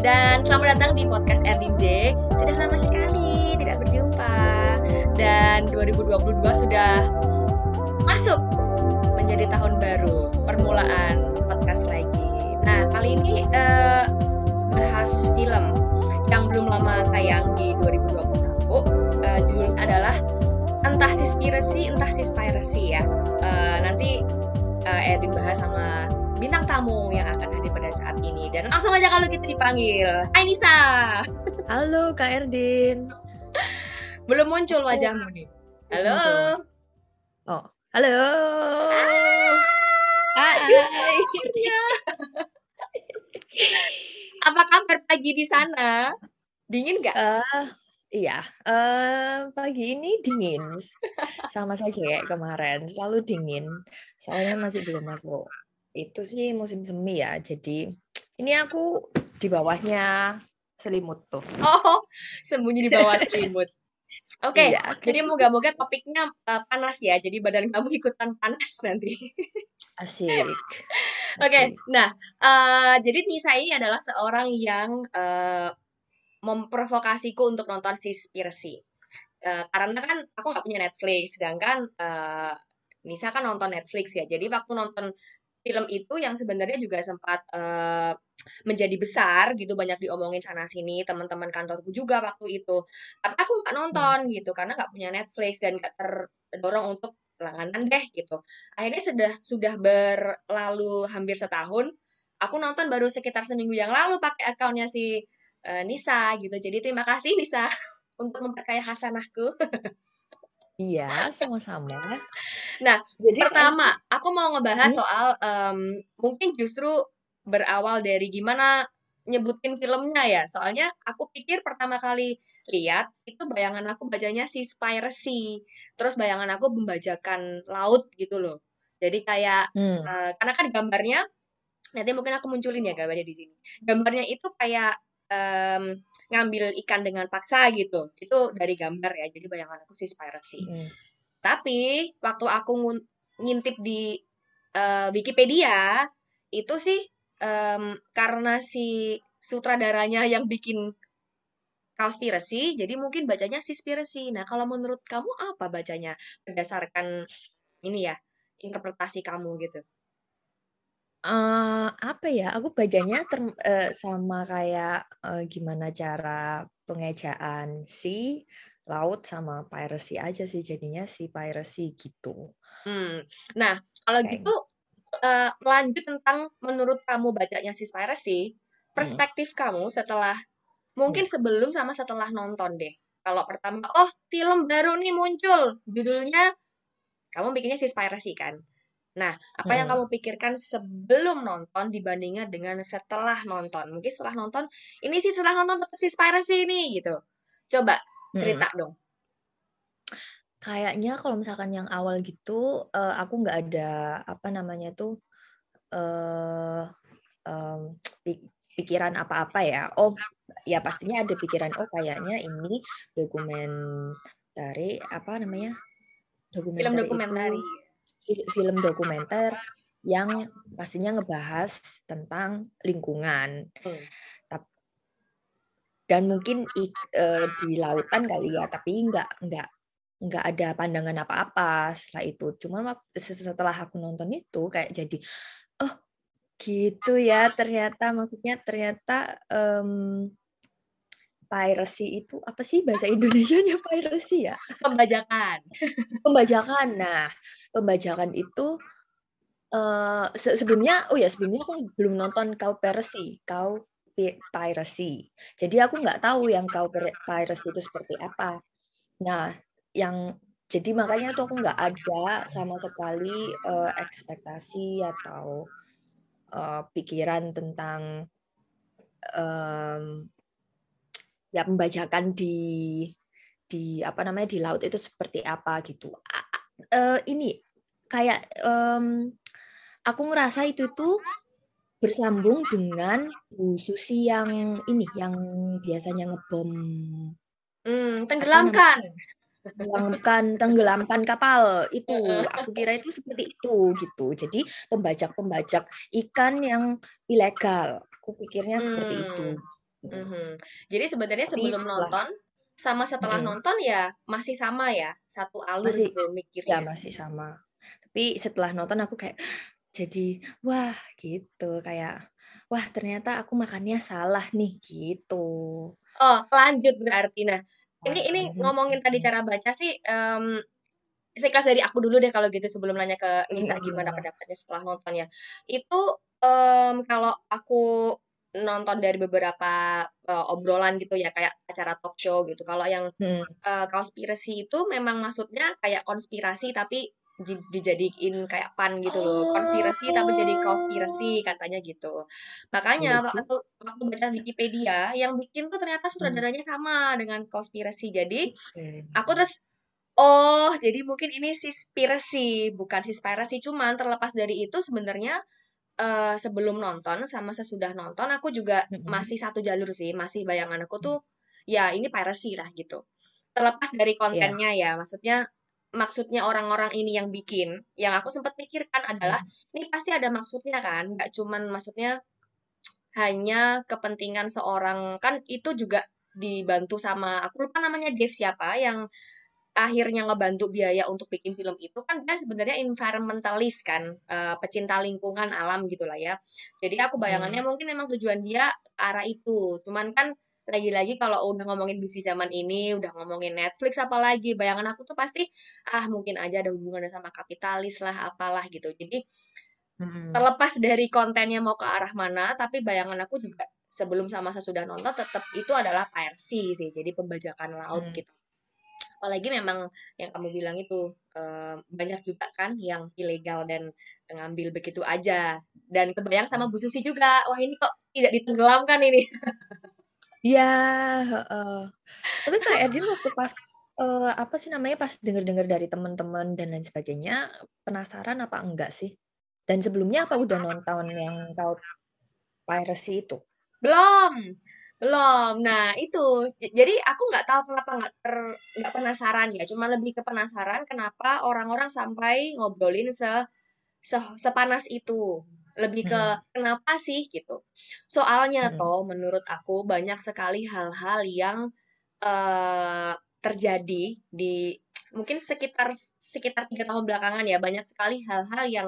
Dan selamat datang di podcast Erdin J. Sudah lama sekali tidak berjumpa. Dan 2022 sudah masuk menjadi tahun baru, permulaan podcast lagi. Nah, kali ini bahas film yang belum lama tayang di 2021. Judulnya adalah entah Seaspiracy, entah Seaspiracy ya. Nanti Erdin bahas sama bintang tamu yang akan hadir pada saat ini. Dan langsung aja kalau kita dipanggil. Hai Nisa. Halo Kak Erdin. Belum muncul wajahmu nih. Halo. Muncul. Oh, halo. Hai. Apa kabar pagi di sana? Dingin nggak? Iya, pagi ini dingin. Sama saja kayak kemarin, selalu dingin. Soalnya masih belum masuk. Itu sih musim semi ya. Jadi ini aku di bawahnya selimut tuh. Oh, sembunyi di bawah selimut. Oke, Iya, jadi moga-moga topiknya panas ya. Jadi badan kamu ikutan panas nanti. asik. Oke, nah, jadi Nisa ini adalah seorang yang memprovokasiku untuk nonton Seaspiracy. Karena kan aku nggak punya Netflix, sedangkan Nisa kan nonton Netflix ya. Jadi waktu nonton film itu yang sebenarnya juga sempat menjadi besar gitu, banyak diomongin sana sini, teman-teman kantorku juga waktu itu. Tapi aku nggak nonton gitu karena nggak punya Netflix dan nggak terdorong untuk langganan deh gitu. Akhirnya sudah berlalu hampir setahun. Aku nonton baru sekitar seminggu yang lalu pakai akunnya si Nisa gitu. Jadi terima kasih Nisa untuk memperkaya hasanahku. Iya, sama-sama. Nah, Jadi pertama aku mau ngebahas soal mungkin justru berawal dari gimana nyebutin filmnya ya. Soalnya aku pikir pertama kali lihat itu bayangan aku bacanya Seaspiracy. Terus bayangan aku pembajakan laut gitu loh. Jadi kayak karena kan gambarnya nanti mungkin aku munculin ya gambarnya di sini. Gambarnya itu kayak ngambil ikan dengan paksa gitu. Itu dari gambar ya. Jadi bayangan aku Seaspiracy. Tapi waktu aku ngintip di Wikipedia itu sih karena si sutradaranya yang bikin Cowspiracy, jadi mungkin bacanya Seaspiracy. Nah, kalau menurut kamu apa bacanya berdasarkan ini ya interpretasi kamu gitu? Apa ya? Aku bacanya sama kayak gimana cara pengejaan si laut sama piracy aja sih jadinya si piracy gitu. Nah, kalau Kayak gitu lanjut tentang menurut kamu bacanya Seaspiracy, perspektif kamu setelah mungkin sebelum sama setelah nonton deh. Kalau pertama, oh film baru nih muncul, judulnya kamu bikinnya Seaspiracy kan? Nah, apa yang kamu pikirkan sebelum nonton dibandingkan dengan setelah nonton? Mungkin setelah nonton, ini sih setelah nonton tetap Seaspiracy nih gitu. Coba cerita dong. Kayaknya kalau misalkan yang awal gitu, aku nggak ada apa namanya tuh pikiran apa-apa ya. Oh, ya pastinya ada pikiran. Oh, kayaknya ini dokumen dari apa namanya? Film Dokumenter dokumenter. itu film dokumenter yang pastinya ngebahas tentang lingkungan. Dan mungkin di lautan kali ya, tapi nggak ada pandangan apa-apa setelah itu. Cuma setelah aku nonton itu kayak jadi, oh gitu ya ternyata, maksudnya ternyata piracy itu apa sih bahasa Indonesianya piracy ya? Pembajakan. Pembajakan. Nah, pembajakan itu sebelumnya aku belum nonton Cowpiracy. Jadi aku nggak tahu yang Cowpiracy itu seperti apa. Nah, jadi makanya tuh aku nggak ada sama sekali ekspektasi atau pikiran tentang ya pembajakan di apa namanya di laut itu seperti apa gitu. Ini kayak aku ngerasa itu tuh bersambung dengan Bu Susi yang ini yang biasanya ngebom apa Tenggelamkan. namanya tenggelamkan kapal itu. Aku kira itu seperti itu gitu. Jadi pembajak ikan yang ilegal. Aku pikirnya seperti itu Mhm. Jadi sebenarnya Tapi sebelum setelah nonton sama setelah mm-mm, nonton ya masih sama ya, satu alur masih gitu ya mikirnya. masih sama. Tapi setelah nonton aku kayak jadi wah gitu kayak wah ternyata aku makannya salah nih gitu. Oh, lanjut berarti. Nah, ini Kan. ngomongin tadi cara baca sih, seikhlas dari aku dulu deh kalau gitu sebelum nanya ke Nisa gimana Mm-mm. pendapatnya setelah nonton ya. Itu kalau aku nonton dari beberapa obrolan gitu ya kayak acara talk show gitu. Kalau yang Mm. konspirasi itu memang maksudnya kayak konspirasi tapi dijadiin kayak fun gitu loh. Konspirasi tapi jadi Oh, konspirasi katanya gitu. Makanya lucu. waktu baca Wikipedia yang bikin tuh ternyata Hmm. sutradaranya sama dengan konspirasi. Jadi Oke. aku terus oh, jadi mungkin ini Seaspiracy, bukan Seaspiracy. Cuman terlepas dari itu sebenarnya sebelum nonton sama sesudah nonton aku juga Mm-mm. masih satu jalur sih, masih bayangan aku tuh ya ini piracy lah gitu. Terlepas dari Ya. kontennya ya, maksudnya orang-orang ini yang bikin, yang aku sempat pikirkan adalah Hmm. ini pasti ada maksudnya kan, nggak cuman maksudnya hanya kepentingan seorang kan itu juga dibantu sama aku lupa namanya Dave siapa yang akhirnya ngebantu biaya untuk bikin film itu kan dia sebenarnya environmentalist kan, pecinta lingkungan alam gitulah ya. Jadi aku bayangannya Hmm. mungkin emang tujuan dia arah itu. Cuman kan lagi-lagi kalau udah ngomongin bisnis zaman ini, udah ngomongin Netflix apalagi, bayangan aku tuh pasti mungkin aja ada hubungannya sama kapitalis lah apalah gitu. Jadi Hmm. terlepas dari kontennya mau ke arah mana, tapi bayangan aku juga sebelum sama sesudah nonton tetap itu adalah piracy sih. Jadi pembajakan laut Hmm. gitu. Apalagi memang yang kamu bilang itu banyak juga kan yang ilegal dan ngambil begitu aja. Dan kebayang sama Bu Susi juga, wah ini kok tidak ditenggelamkan ini. Ya, heeh. Tapi Kak Erdin waktu pas apa sih namanya pas dengar-dengar dari teman-teman dan lain sebagainya, penasaran apa enggak sih? Dan sebelumnya apa udah nonton yang Cloud Piracy itu? Belum, belum. Nah itu, jadi aku nggak tahu kenapa nggak penasaran ya. Cuma lebih ke penasaran kenapa orang-orang sampai ngobrolin sepanas itu. Lebih ke Hmm. kenapa sih gitu. Soalnya Hmm. toh menurut aku banyak sekali hal-hal yang eh, terjadi di mungkin sekitar sekitar 3 tahun belakangan ya banyak sekali hal-hal yang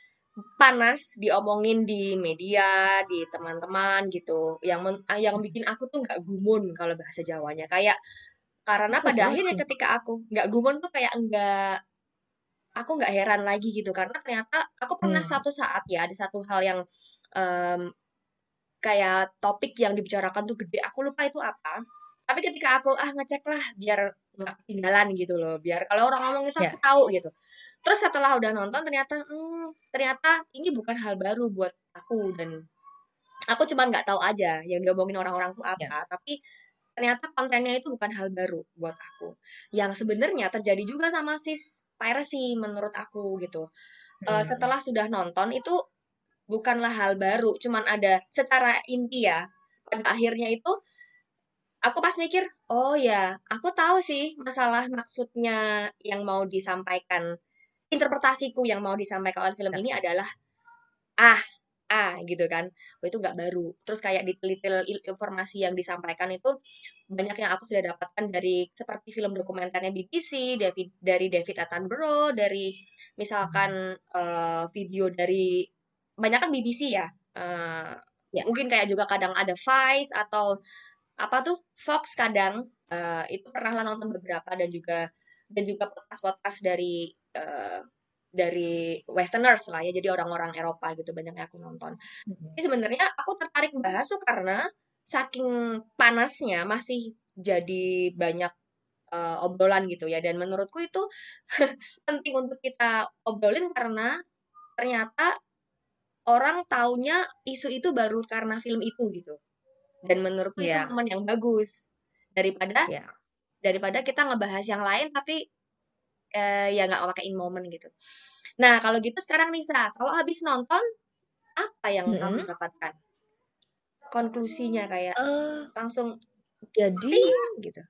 panas diomongin di media, di teman-teman gitu, yang bikin aku tuh nggak gumun kalau bahasa Jawanya kayak karena pada Apa akhirnya tuh? ketika aku nggak gumun tuh kayak nggak aku nggak heran lagi gitu karena ternyata aku pernah Hmm. satu saat ya ada satu hal yang em, kayak topik yang dibicarakan tuh gede aku lupa itu apa tapi ketika aku ngecek lah biar nggak ketinggalan gitu loh biar kalau orang ngomong itu aku Ya. tahu gitu terus setelah udah nonton ternyata ternyata ini bukan hal baru buat aku dan aku cuma nggak tahu aja yang diomongin orang-orang tuh Ya. apa tapi ternyata kontennya itu bukan hal baru buat aku yang sebenarnya terjadi juga sama sis piracy menurut aku gitu. Hmm. Setelah sudah nonton itu bukanlah hal baru, cuman ada secara inti ya. Pada akhirnya itu aku pas mikir, oh ya, aku tahu sih masalah maksudnya yang mau disampaikan, interpretasiku yang mau disampaikan oleh film Ya. ini adalah ah, gitu kan. Oh, itu nggak baru. Terus kayak detail informasi yang disampaikan itu banyak yang aku sudah dapatkan dari seperti film dokumenternya BBC, dari David Attenborough, dari Hmm. misalkan video dari banyak kan BBC ya. Eh, Ya. mungkin kayak juga kadang ada Vice atau apa tuh Fox kadang itu pernah lah nonton beberapa dan juga podcast-podcast dari Westerners lah ya, jadi orang-orang Eropa gitu banyak yang aku nonton. Hmm. Jadi sebenarnya aku tertarik bahas tuh karena saking panasnya masih jadi banyak obrolan gitu ya, dan menurutku itu penting untuk kita obrolin karena ternyata orang taunya isu itu baru karena film itu gitu. Dan menurutku itu Ya. momen yang bagus daripada Ya. daripada kita ngebahas yang lain tapi ya nggak pakein momen gitu. Nah kalau gitu sekarang Nisa, kalau habis nonton apa yang kamu Mm-mm. dapatkan? Konklusinya kayak Eh, langsung jadi ting gitu.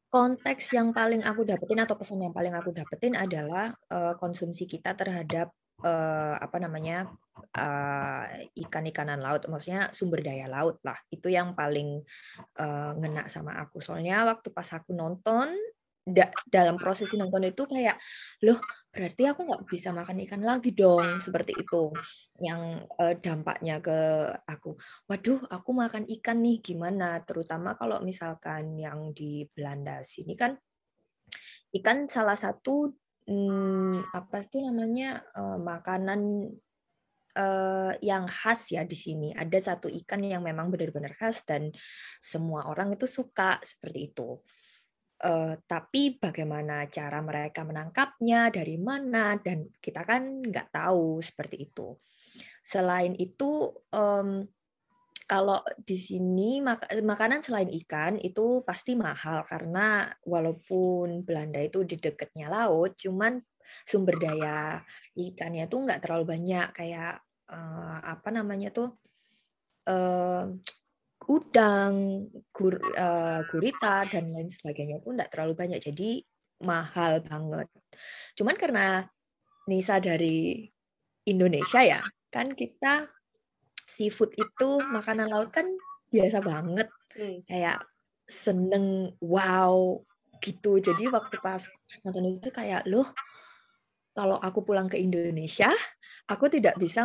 konteks yang paling aku dapetin atau pesan yang paling aku dapetin adalah konsumsi kita terhadap apa namanya, ikan-ikanan laut, maksudnya sumber daya laut lah. Itu yang paling ngena sama aku. Soalnya waktu pas aku nonton, dalam prosesi nonton itu kayak, loh berarti aku nggak bisa makan ikan lagi dong, seperti itu. Yang dampaknya ke aku. Waduh, aku makan ikan nih gimana? Terutama kalau misalkan yang di Belanda sini kan, ikan salah satu apa itu namanya, makanan yang khas ya di sini. Ada satu ikan yang memang benar-benar khas dan semua orang itu suka seperti itu. Tapi bagaimana cara mereka menangkapnya, dari mana, dan kita kan nggak tahu seperti itu. Selain itu, kalau di sini makanan selain ikan itu pasti mahal karena walaupun Belanda itu di dekatnya laut, cuman sumber daya ikannya tuh nggak terlalu banyak kayak apa namanya tuh eh, udang, gurita dan lain sebagainya itu nggak terlalu banyak, jadi mahal banget. Cuman karena Nisa dari Indonesia ya, kan kita seafood itu makanan laut kan biasa banget, Hmm. kayak seneng, wow gitu. Jadi waktu pas nonton itu kayak, loh kalau aku pulang ke Indonesia, aku tidak bisa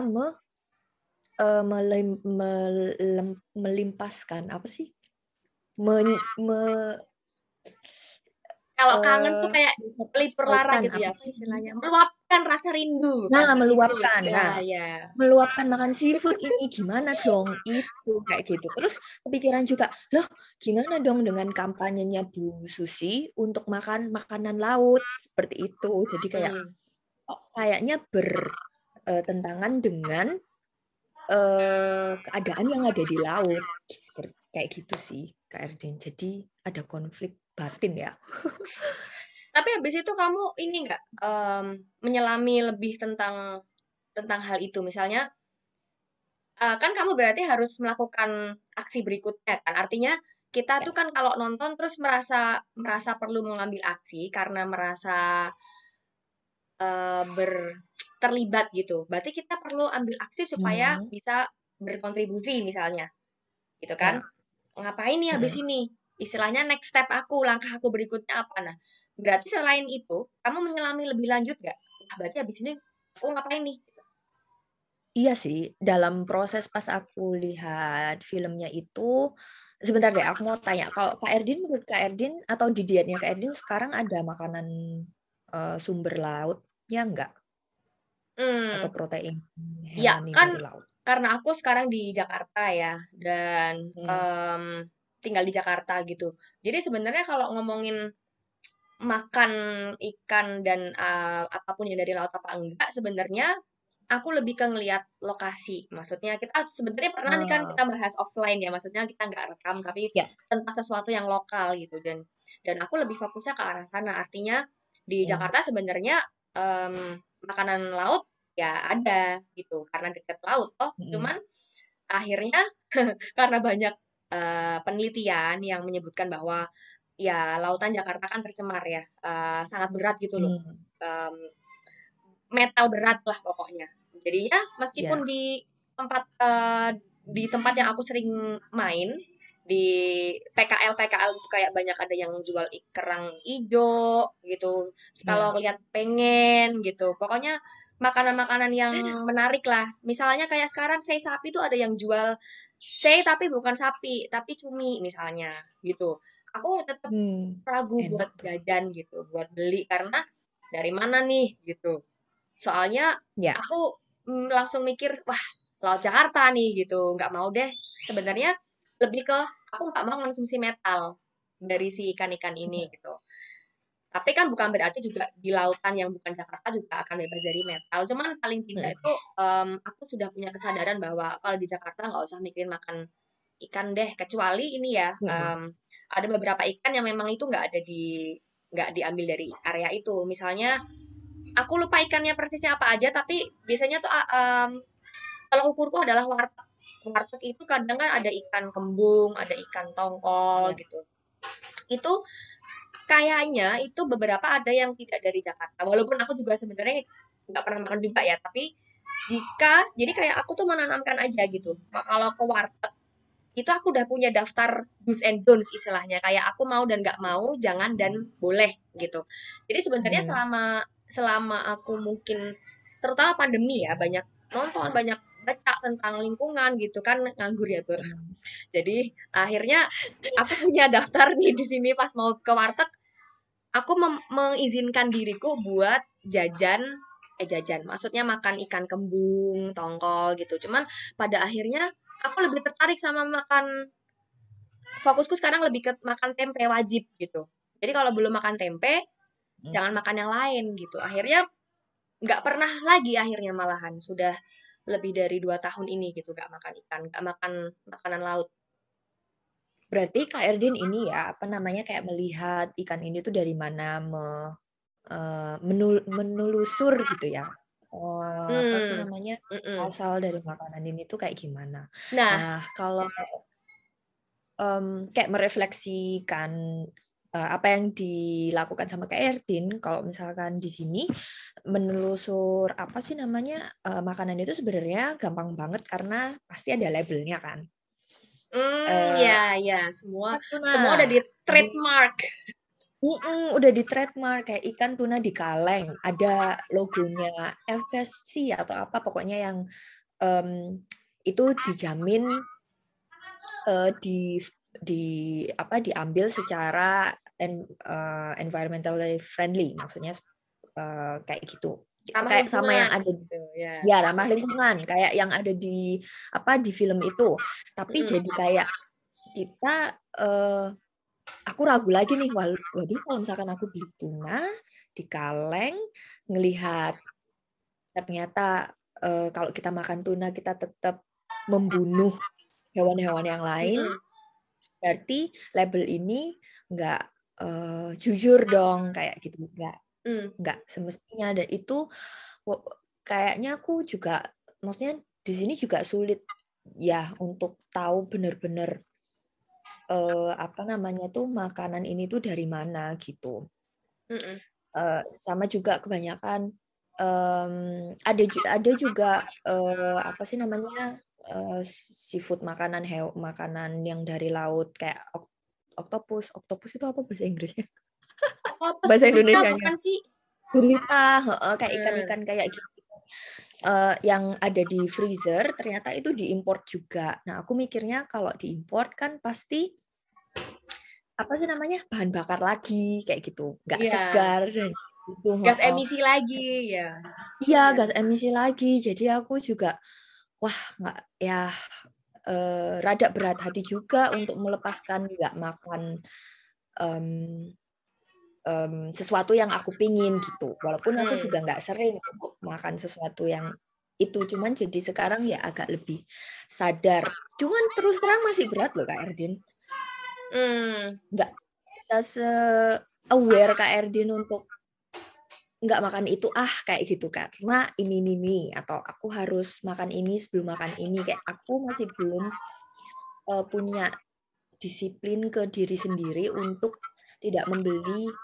melimpaskan apa sih? Kalau kangen tuh kayak pelipur lara Menyelesaikan gitu apa ya, apa sih namanya? istilahnya? Meluapkan rasa rindu Nah, pada seafood. meluapkan. Ya, Nah, ya. meluapkan makan seafood ini gimana dong? Itu kayak gitu. Terus kepikiran juga, loh gimana dong dengan kampanyenya Bu Susi untuk makan makanan laut seperti itu. Jadi kayak Hmm. kayaknya bertentangan dengan keadaan yang ada di laut. Seperti kayak gitu sih, Kak Erdin. Jadi ada konflik batin ya. Tapi habis itu kamu ini nggak menyelami lebih tentang hal itu? Misalnya, kan kamu berarti harus melakukan aksi berikutnya kan? Artinya kita Ya. tuh kan kalau nonton terus merasa merasa perlu mengambil aksi karena merasa terlibat gitu. Berarti kita perlu ambil aksi supaya Hmm. bisa berkontribusi misalnya, gitu kan? Ya. Ngapain nih habis Mm-mm. ini? Istilahnya next step aku, langkah aku berikutnya apa? Nah, berarti selain itu, kamu menyelami lebih lanjut nggak? Wah, berarti habis ini aku ngapain nih? Iya sih, dalam proses pas aku lihat filmnya itu, sebentar deh, aku mau tanya, kalau Kak Erdin, menurut Kak Erdin, atau di dietnya Kak Erdin sekarang ada makanan sumber lautnya enggak? Atau Hmm, protein ya hewani kan dari laut? karena aku sekarang di Jakarta ya dan Hmm. tinggal di Jakarta gitu. Jadi sebenarnya kalau ngomongin makan ikan dan apapun yang dari laut apa enggak, sebenarnya aku lebih ke ngelihat lokasi. Maksudnya kita sebenarnya pernah nih kan Ah, kita bahas offline ya, maksudnya kita nggak rekam tapi ya. tentang sesuatu yang lokal gitu dan aku lebih fokusnya ke arah sana. Artinya di Hmm. Jakarta sebenarnya em, makanan laut ya ada gitu karena deket laut toh. Mm-mm. Cuman akhirnya karena banyak penelitian yang menyebutkan bahwa ya lautan Jakarta kan tercemar ya, sangat berat gitu loh. Hmm. Em, Metal berat lah pokoknya. Jadi ya meskipun Ya. di tempat yang aku sering main di PKL itu kayak banyak ada yang jual kerang ijo gitu. Kalau Ya. lihat pengen gitu. Pokoknya makanan-makanan yang menarik lah. Misalnya kayak sekarang sei sapi itu ada yang jual sei tapi bukan sapi, tapi cumi misalnya gitu. Aku tetap Hmm. ragu Enak buat tuh. jajan gitu, buat beli karena dari mana nih gitu. Soalnya Ya. aku langsung mikir, wah Laut Jakarta nih gitu, nggak mau deh. Sebenarnya lebih ke aku nggak mau konsumsi metal dari si ikan-ikan ini gitu. Tapi kan bukan berarti juga di lautan yang bukan Jakarta juga akan bebas dari metal. Cuman paling tidak Mm-mm. itu aku sudah punya kesadaran bahwa kalau di Jakarta nggak usah mikirin makan ikan deh. Kecuali ini ya, Mm-mm. ada beberapa ikan yang memang itu nggak diambil dari area itu. Misalnya aku lupa ikannya persisnya apa aja tapi biasanya tuh kalau ukurku adalah warteg. Warteg itu kadang kan ada ikan kembung, ada ikan tongkol Ya. gitu. Itu kayaknya itu beberapa ada yang tidak dari Jakarta. Walaupun aku juga sebenarnya nggak pernah makan juga ya, tapi jika jadi kayak aku tuh menanamkan aja gitu. Kalau ke warteg itu aku udah punya daftar do's and don'ts istilahnya. Kayak aku mau dan nggak mau, jangan dan boleh gitu. Jadi sebenarnya Hmm. selama selama aku mungkin terutama pandemi ya banyak nonton, banyak baca tentang lingkungan gitu kan nganggur ya, Be. Hmm. Jadi akhirnya aku punya daftar nih di sini pas mau ke warteg, aku mengizinkan diriku buat jajan, maksudnya makan ikan kembung, tongkol gitu. Cuman pada akhirnya aku lebih tertarik sama fokusku sekarang lebih ke makan tempe wajib gitu. Jadi kalau belum makan tempe, jangan makan yang lain gitu. Akhirnya nggak pernah lagi akhirnya malahan sudah lebih dari 2 tahun ini gitu nggak makan ikan, nggak makan makanan laut. Berarti Kak Erdin ini ya, apa namanya, kayak melihat ikan ini tuh dari mana, menelusur gitu ya. Apa sih Hmm, namanya, mm-mm. asal dari makanan ini tuh kayak gimana. Nah, Nah, kalau kayak merefleksikan apa yang dilakukan sama Kak Erdin, kalau misalkan di sini menelusur apa sih namanya, makanan itu sebenarnya gampang banget karena pasti ada labelnya kan. ya Eh, ya semua Ikan tuna semua udah di di trademark. udah di trademark kayak ikan tuna di kaleng, ada logonya FSC atau apa pokoknya yang em, itu dijamin di apa diambil secara environmentally friendly, maksudnya kayak gitu. Ramah Kayak sama yang lingkungan ada, gitu ya. ya ramah lingkungan, kayak yang ada di apa di film itu. Tapi Mm-mm. jadi kayak kita aku ragu lagi nih, waduh kalau misalkan aku beli tuna di kaleng, ngelihat ternyata kalau kita makan tuna kita tetap membunuh hewan-hewan yang lain, Mm-mm. berarti label ini nggak jujur dong, kayak gitu, Mm. nggak semestinya. Dan itu kayaknya aku juga, maksudnya di sini juga sulit ya untuk tahu benar-benar apa namanya tuh makanan ini tuh dari mana gitu. Mm-mm. Sama juga kebanyakan ada juga apa sih namanya, seafood, makanan yang dari laut kayak oktopus itu apa bahasa Inggrisnya? Octopus Bahasa gurita Indonesianya bukan sih? gurita, heeh, kayak Hmm. ikan-ikan kayak gitu. Yang ada di freezer ternyata itu diimpor juga. Nah, aku mikirnya kalau diimpor kan pasti apa sih namanya, bahan bakar lagi kayak gitu, nggak Iya, segar dan itu, gas heeh. emisi lagi ya. Iya, gas emisi lagi. Jadi aku juga, wah nggak ya, rada berat hati juga untuk melepaskan nggak makan em, sesuatu yang aku pingin gitu. Walaupun aku Hmm. juga nggak sering untuk makan sesuatu yang itu, cuman jadi sekarang ya agak lebih sadar. Cuman terus terang masih berat loh Kak Erdin. Hmm. Nggak bisa se-aware Kak Erdin untuk nggak makan itu kayak gitu karena ini atau aku harus makan ini sebelum makan ini, kayak aku masih belum punya disiplin ke diri sendiri untuk tidak membeli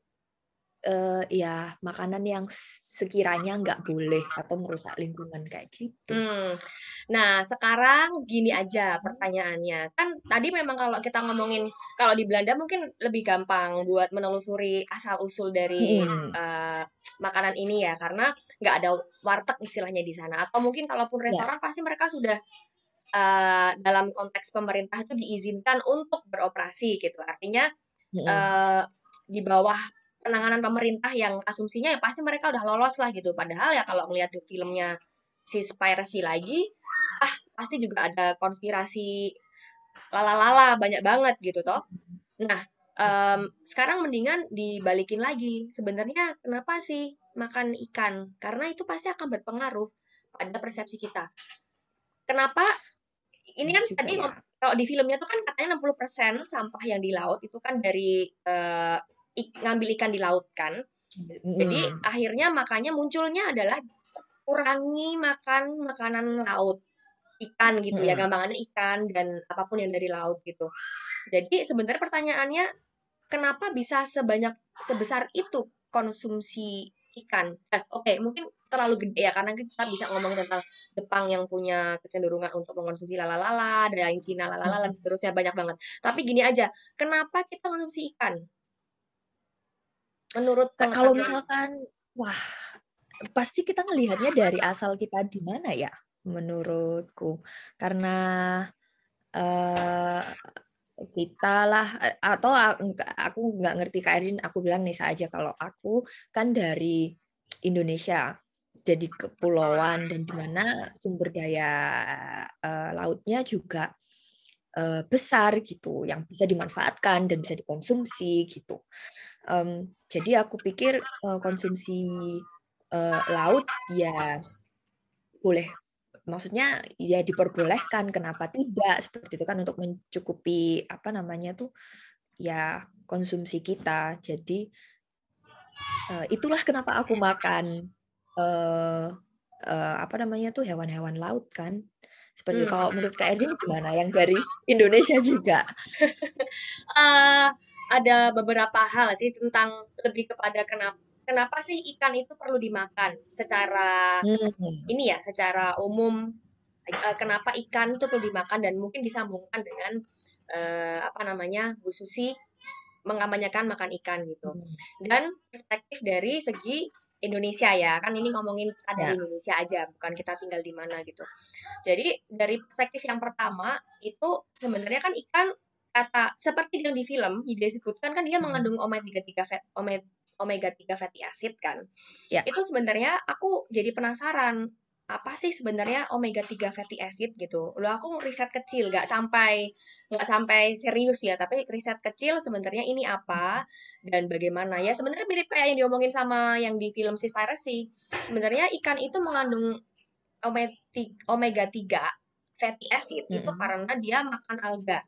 ya makanan yang sekiranya nggak boleh atau merusak lingkungan kayak gitu. Hmm. Nah, sekarang gini aja pertanyaannya. Kan tadi memang kalau kita ngomongin, kalau di Belanda mungkin lebih gampang buat menelusuri asal-usul dari Hmm, makanan ini ya, karena nggak ada warteg istilahnya di sana. Atau mungkin kalaupun ya. restoran pasti mereka sudah dalam konteks pemerintah itu diizinkan untuk beroperasi gitu. Artinya Hmm, eh, di bawah penanganan pemerintah yang asumsinya ya pasti mereka udah lolos lah gitu. Padahal ya kalau ngeliat di filmnya si Spiracy lagi, pasti juga ada konspirasi lala-lala banyak banget gitu toh. Nah, sekarang mendingan dibalikin lagi. Sebenarnya kenapa sih makan ikan? Karena itu pasti akan berpengaruh pada persepsi kita. Kenapa ini ya kan juga tadi ya. kalau di filmnya tuh kan katanya 60% sampah yang di laut itu kan dari ngambil ikan di laut kan. Jadi Hmm, akhirnya makanya munculnya adalah kurangi makan makanan laut, ikan gitu ya, hmm. gampangannya ikan dan apapun yang dari laut gitu. Jadi sebenarnya pertanyaannya kenapa bisa sebesar itu konsumsi ikan? Oke, mungkin terlalu gede ya, karena kita bisa ngomong tentang Jepang yang punya kecenderungan untuk mengonsumsi lalalala, ada yang Cina lalalala dan seterusnya banyak banget. Tapi gini aja, kenapa kita konsumsi ikan? Menurut Kalau pengetahuan. misalkan, wah, pasti kita ngelihatnya dari asal kita di mana ya, menurutku. Karena eh, kita lah, atau aku nggak ngerti Kak Erin, aku bilang nih saja kalau aku kan dari Indonesia, jadi kepulauan dan di mana sumber daya lautnya juga besar gitu, yang bisa dimanfaatkan dan bisa dikonsumsi gitu. Jadi aku pikir konsumsi laut ya boleh, maksudnya ya diperbolehkan, kenapa tidak, seperti itu kan, untuk mencukupi apa namanya tuh ya konsumsi kita. Jadi itulah kenapa aku makan eh apa namanya tuh hewan-hewan laut kan. Seperti itu. Hmm. Kalau menurut Kak Erdin gimana, yang dari Indonesia juga? Eh, ada beberapa hal sih tentang lebih kepada kenapa sih ikan itu perlu dimakan secara Hmm. ini ya, secara umum. Kenapa ikan itu perlu dimakan dan mungkin disambungkan dengan apa namanya, Bu Susi mengamanyakan makan ikan gitu. Dan perspektif dari segi Indonesia ya, kan ini ngomongin kita dari Ya. Indonesia aja, bukan kita tinggal di mana gitu. Jadi dari perspektif yang pertama itu sebenarnya kan ikan, kata seperti yang di film disebutkan kan dia mengandung omega 3 omega 3 fatty acid kan. Ya. Itu sebenarnya aku jadi penasaran, apa sih sebenarnya omega 3 fatty acid gitu. Loh aku riset kecil, nggak sampai serius ya, tapi riset kecil sebenarnya ini apa dan bagaimana ya. Sebenarnya mirip kayak yang diomongin sama yang di film Seaspiracy. Sebenarnya ikan itu mengandung omega 3 fatty acid itu Mm-mm. karena dia makan alga.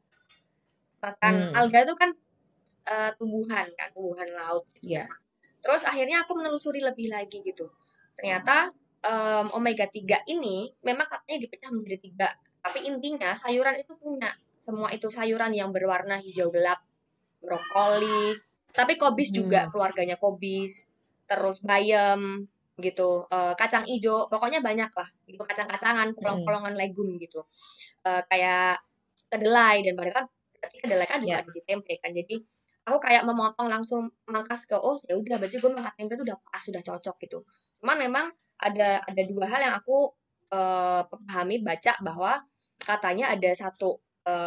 Makan Hmm. alga itu kan tumbuhan kan, tumbuhan laut gitu ya. Ya. Terus akhirnya aku menelusuri lebih lagi gitu. Ternyata omega 3 ini memang katanya dipecah menjadi tiga. Tapi intinya sayuran itu punya. Semua itu sayuran yang berwarna hijau gelap, brokoli, tapi kobis juga, Hmm. keluarganya kobis, terus bayam gitu, kacang ijo, pokoknya banyak lah, gitu, kacang-kacangan, Mm-mm. polong-polongan legum gitu. Kayak kedelai dan bahkan berarti kedelai kan juga Ya. ada di tempe kan. Jadi aku kayak memotong langsung mangkas ke oh ya udah berarti gue makan tempe itu udah pas sudah cocok gitu. Cuman memang ada dua hal yang aku pahami baca bahwa katanya ada satu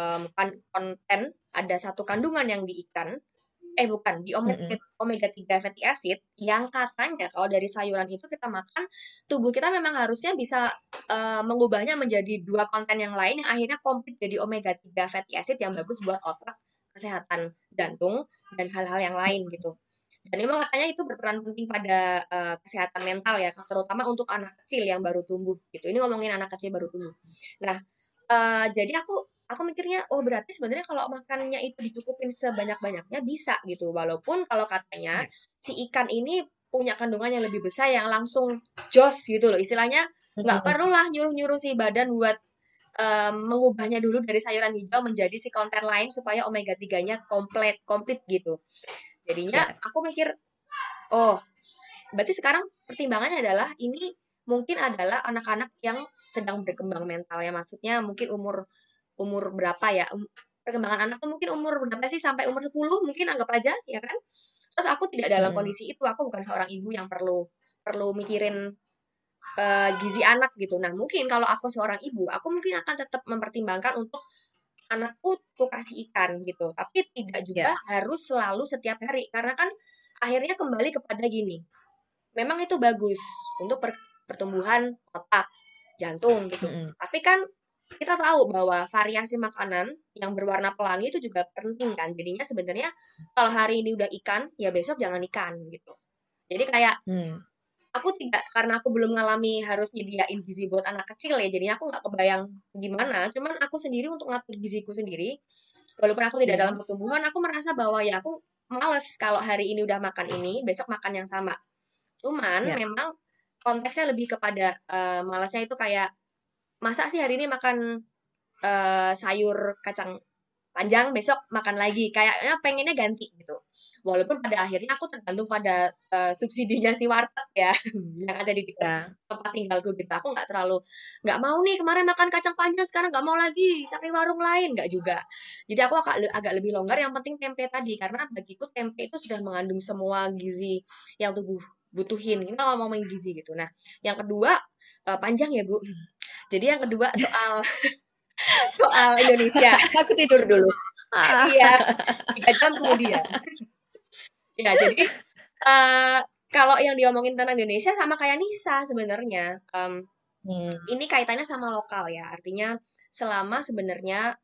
konten, ada satu kandungan yang di ikan, bukan, di Mm-mm. omega 3 fatty acid yang katanya kalau dari sayuran itu kita makan, tubuh kita memang harusnya bisa mengubahnya menjadi dua konten yang lain yang akhirnya komplit jadi omega 3 fatty acid yang bagus buat otak, kesehatan jantung, dan hal-hal yang lain gitu. Dan memang katanya itu berperan penting pada kesehatan mental ya, terutama untuk anak kecil yang baru tumbuh gitu. Ini ngomongin anak kecil baru tumbuh. Nah, jadi aku mikirnya, oh berarti sebenarnya kalau makannya itu dicukupin sebanyak-banyaknya bisa gitu. Walaupun kalau katanya Ya. si ikan ini punya kandungan yang lebih besar yang langsung jos gitu loh. Istilahnya nggak perlu Mm-mm. lah nyuruh-nyuruh si badan buat mengubahnya dulu dari sayuran hijau menjadi si konten lain supaya omega 3-nya komplit gitu. Jadinya Ya. aku mikir, oh berarti sekarang pertimbangannya adalah ini mungkin adalah anak-anak yang sedang berkembang mental ya, maksudnya mungkin umur umur berapa ya, perkembangan anak tuh mungkin umur berapa sih, sampai umur 10 mungkin anggap aja ya kan. Terus aku tidak dalam Mm-mm. kondisi itu, aku bukan seorang ibu yang perlu perlu mikirin gizi anak gitu. Nah mungkin kalau aku seorang ibu aku mungkin akan tetap mempertimbangkan untuk anakku tuh kasih ikan gitu, tapi tidak juga Ya. harus selalu setiap hari karena kan akhirnya kembali kepada gini, memang itu bagus untuk pertumbuhan otak, jantung gitu. Mm-mm. Tapi kan kita tahu bahwa variasi makanan yang berwarna pelangi itu juga penting kan. Jadinya sebenarnya kalau hari ini udah ikan, ya besok jangan ikan gitu. Jadi kayak Hmm. aku tidak, karena aku belum ngalami harus nyediain gizi buat anak kecil ya, jadinya aku nggak kebayang gimana. Cuman aku sendiri untuk ngatur giziku sendiri, walaupun aku tidak dalam Ya. pertumbuhan, aku merasa bahwa ya aku males kalau hari ini udah makan ini, besok makan yang sama. Cuman Ya. memang konteksnya lebih kepada malasnya itu kayak masa sih hari ini makan sayur kacang panjang, besok makan lagi. Kayaknya pengennya ganti gitu. Walaupun pada akhirnya aku tergantung pada subsidinya si warteg ya, yang ada di dekat Ya. tempat tinggalku gitu. Aku nggak mau nih kemarin makan kacang panjang, sekarang nggak mau lagi cari warung lain, nggak juga. Jadi aku agak lebih longgar. Yang penting tempe tadi, karena bagiku tempe itu sudah mengandung semua gizi yang tubuh butuhin. Ini kalau mau ngomongin gizi gitu. Nah, yang kedua panjang ya Bu. Jadi yang kedua soal soal Indonesia. Aku tidur dulu. Ah. Iya, 3 jam kemudian. Ya, jadi eh kalau yang diomongin tentang Indonesia sama kayak Nisa sebenarnya. Hmm. Ini kaitannya sama lokal ya. Artinya selama sebenarnya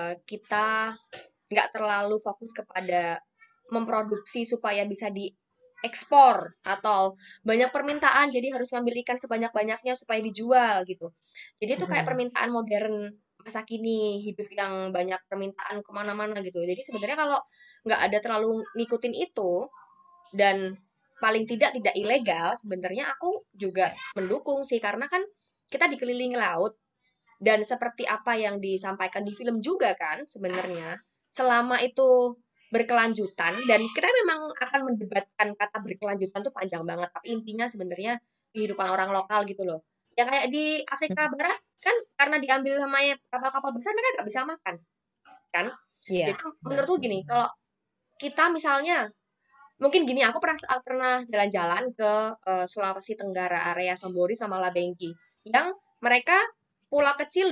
kita nggak terlalu fokus kepada memproduksi supaya bisa diekspor atau banyak permintaan jadi harus ngambil ikan sebanyak-banyaknya supaya dijual gitu. Jadi itu kayak Hmm. permintaan modern masa kini, hidup yang banyak permintaan kemana-mana gitu. Jadi sebenarnya kalau nggak ada terlalu ngikutin itu dan paling tidak ilegal, sebenarnya aku juga mendukung sih karena kan kita dikelilingi laut dan seperti apa yang disampaikan di film juga kan sebenarnya selama itu berkelanjutan dan kita memang akan mendebatkan kata berkelanjutan tuh panjang banget tapi intinya sebenarnya kehidupan orang lokal gitu loh yang kayak di Afrika Barat kan karena diambil sama kapal-kapal besar mereka nggak bisa makan kan Iya, jadi benar. menurutku gini kalau kita misalnya mungkin gini aku pernah pernah jalan-jalan ke Sulawesi Tenggara area Sambori sama Labengki yang mereka pulau kecil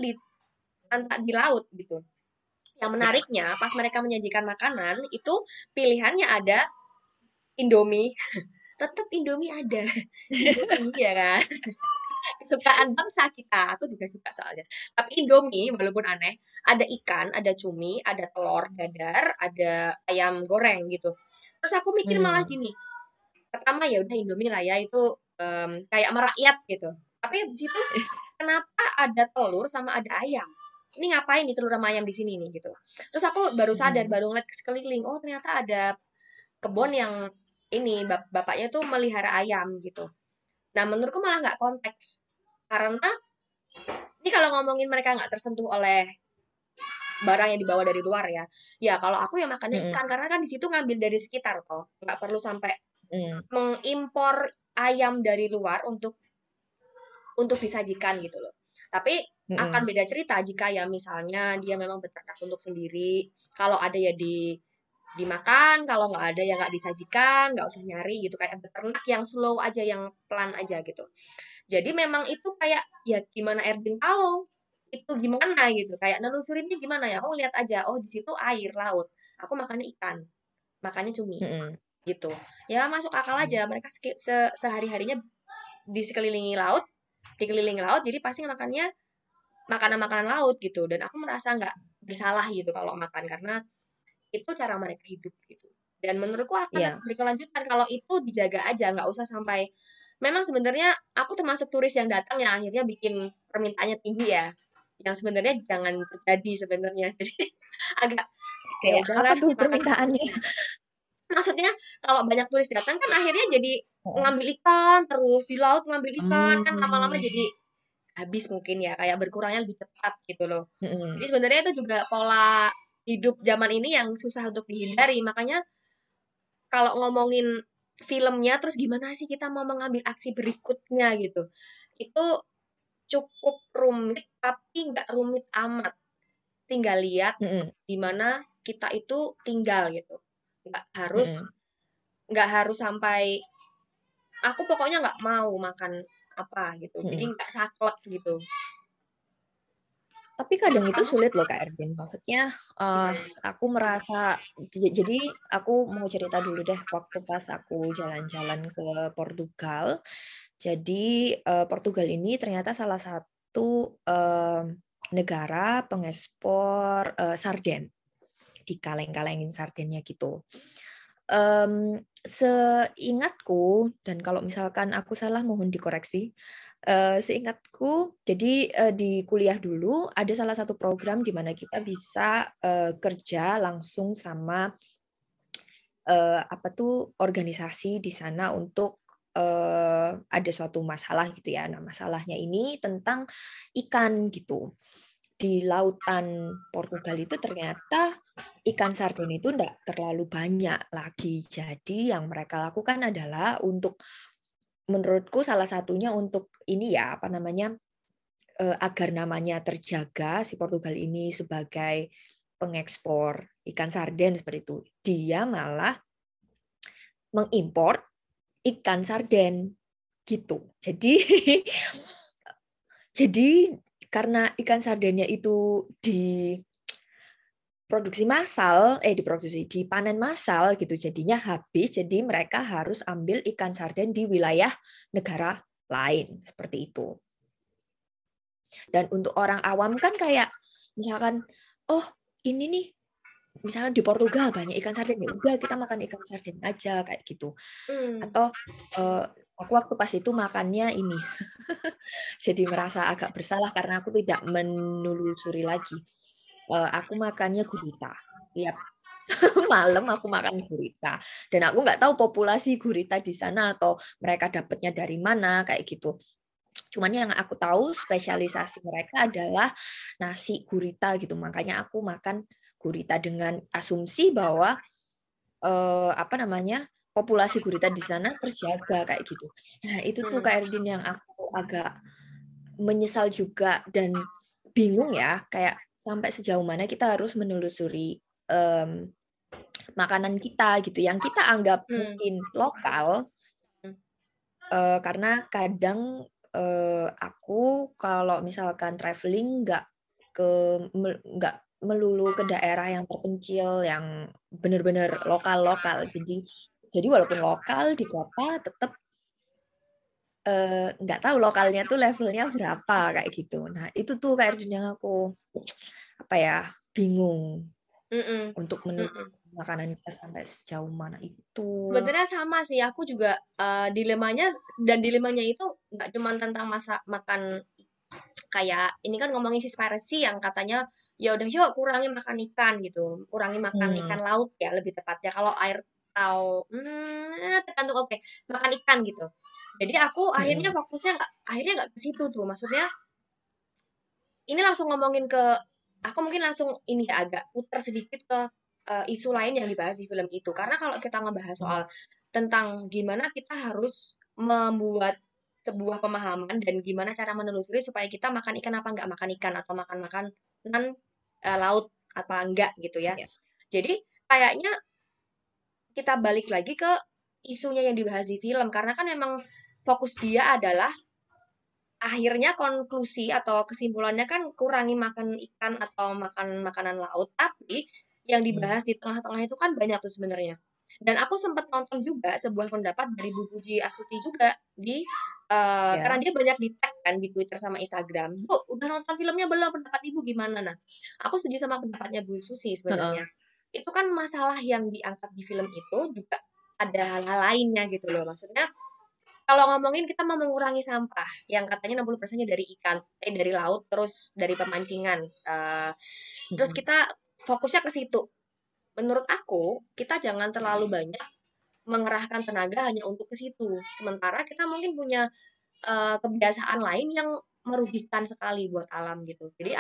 di laut gitu. Yang Iya. menariknya pas mereka menyajikan makanan itu pilihannya ada Indomie, tetap Indomie ada. Indomie ya kan. Kesukaan bangsa kita, aku juga suka soalnya. Tapi Indomie walaupun aneh, ada ikan, ada cumi, ada telur dadar, ada ayam goreng gitu. Terus aku mikir malah Hmm. gini, pertama ya udah Indomie lah ya itu kayak merakyat gitu. Tapi di situ kenapa ada telur sama ada ayam? Ini ngapain nih telur sama ayam di sini nih gitu. Terus aku baru sadar, Hmm. baru ngeliat ke sekeliling, oh ternyata ada kebun yang ini bapaknya tuh melihara ayam gitu. Nah menurutku malah nggak konteks karena ini kalau ngomongin mereka nggak tersentuh oleh barang yang dibawa dari luar ya. Ya kalau aku ya makannya Hmm. ikan karena kan di situ ngambil dari sekitar toh, nggak perlu sampai Hmm. mengimpor ayam dari luar untuk disajikan gitu loh. Tapi akan Hmm. beda cerita jika ya misalnya dia memang beternak untuk sendiri. Kalau ada ya dimakan, kalau nggak ada ya nggak disajikan, nggak usah nyari gitu kayak beternak yang slow aja, yang pelan aja gitu. Jadi memang itu kayak ya gimana Erdin tahu itu gimana gitu, kayak nelusurinnya gimana ya? Oh lihat aja, oh di situ air laut, aku makannya ikan, makannya cumi Hmm. gitu. Ya masuk akal aja, mereka sehari-harinya dikelilingi laut, jadi pasti makannya makanan-makanan laut gitu. Dan aku merasa nggak bersalah gitu kalau makan karena itu cara mereka hidup gitu. Dan menurutku akan tetap Iya. berkelanjutan kalau itu dijaga aja, nggak usah sampai. Memang sebenarnya aku termasuk turis yang datang yang akhirnya bikin permintaannya tinggi ya, yang sebenarnya jangan terjadi sebenarnya. Jadi agak ya Kayak apa udahlah tuh makan permintaannya? secukupnya. Maksudnya kalau banyak turis datang kan akhirnya jadi Oh. ngambil ikan terus di laut ngambil ikan kan lama-lama Hmm. jadi habis mungkin ya kayak berkurangnya lebih cepat gitu loh. Jadi Hmm. sebenarnya itu juga pola hidup zaman ini yang susah untuk dihindari. Makanya kalau ngomongin filmnya terus gimana sih kita mau mengambil aksi berikutnya gitu. Itu cukup rumit tapi nggak rumit amat. Tinggal lihat Hmm. di mana kita itu tinggal gitu. Nggak harus Hmm. nggak harus sampai aku pokoknya nggak mau makan apa gitu. Jadi Hmm. nggak saklek gitu. Tapi kadang itu Kamu sulit loh Kak Ervin. Maksudnya eh, gimana? aku merasa jadi aku mau cerita dulu deh waktu pas aku jalan-jalan ke Portugal. Jadi Portugal ini ternyata salah satu negara pengekspor sarden. Dikaleng-kalengin sardennya gitu. Seingatku dan kalau misalkan aku salah mohon dikoreksi. Seingatku, jadi di kuliah dulu ada salah satu program di mana kita bisa kerja langsung sama apa tuh organisasi di sana untuk ada suatu masalah gitu ya. Nah, masalahnya ini tentang ikan gitu. Di lautan Portugal itu ternyata ikan sarden itu enggak terlalu banyak lagi. Jadi yang mereka lakukan adalah menurutku salah satunya untuk ini ya, apa namanya, agar namanya terjaga, si Portugal ini sebagai pengekspor ikan sarden seperti itu. Dia malah mengimpor ikan sarden gitu. Jadi jadi karena ikan sardennya itu dipanen massal gitu, jadinya habis, jadi mereka harus ambil ikan sarden di wilayah negara lain seperti itu. Dan untuk orang awam kan kayak misalkan, oh ini nih, misalkan di Portugal banyak ikan sarden, ya udah kita makan ikan sarden aja kayak gitu. Atau aku waktu pas itu makannya ini, jadi merasa agak bersalah karena aku tidak menelusuri lagi. Aku makannya gurita. Tiap malam aku makan gurita. Dan aku nggak tahu populasi gurita di sana atau mereka dapatnya dari mana kayak gitu. Cuman yang aku tahu spesialisasi mereka adalah nasi gurita gitu. Makanya aku makan gurita dengan asumsi bahwa apa namanya, populasi gurita di sana terjaga kayak gitu. Nah, itu tuh Kak Erdin yang aku agak menyesal juga dan bingung ya, kayak sampai sejauh mana kita harus menelusuri makanan kita gitu, yang kita anggap mungkin lokal, karena kadang aku kalau misalkan traveling nggak melulu ke daerah yang terpencil, yang benar-benar lokal-lokal. Jadi walaupun lokal di kota tetap nggak tahu lokalnya tuh levelnya berapa kayak gitu. Nah itu tuh kayak yang aku apa ya bingung Mm-mm. untuk Mm-mm. menelusuri makanan kita sampai sejauh mana itu. Sebenarnya sama sih, aku juga dilemanya itu nggak cuma tentang makan kayak ini kan ngomongin Seaspiracy yang katanya ya udah yuk kurangi makan ikan gitu, kurangi makan ikan Hmm. laut ya lebih tepatnya kalau air tahu tergantung oke makan ikan gitu. Jadi aku akhirnya Mm-mm. fokusnya nggak ke situ tuh, maksudnya ini langsung ngomongin ke aku mungkin langsung ini ya agak putar sedikit ke isu lain yang dibahas di film itu karena kalau kita ngebahas soal tentang gimana kita harus membuat sebuah pemahaman dan gimana cara menelusuri supaya kita makan ikan apa nggak makan ikan atau makan makanan laut apa enggak gitu ya. Ya. Jadi kayaknya kita balik lagi ke isunya yang dibahas di film karena kan emang fokus dia adalah akhirnya konklusi atau kesimpulannya kan kurangi makan ikan atau makan makanan laut, tapi yang Hmm. dibahas di tengah-tengah itu kan banyak tuh sebenarnya. Dan aku sempat nonton juga sebuah pendapat dari Bu Puji Astuti juga di karena Ya. dia banyak di tag kan di Twitter sama Instagram. Bu, udah nonton filmnya belum? Pendapat Ibu gimana? Nah, aku setuju sama pendapatnya Bu Susi Heeh. sebenarnya. Itu kan masalah yang diangkat di film itu juga ada hal-hal lainnya gitu loh. Maksudnya kalau ngomongin kita mau mengurangi sampah yang katanya 60%-nya dari ikan, dari laut, terus dari pemancingan. Terus Mm-mm. kita fokusnya ke situ. Menurut aku, kita jangan terlalu banyak mengerahkan tenaga hanya untuk ke situ. Sementara kita mungkin punya kebiasaan lain yang merugikan sekali buat alam gitu. Jadi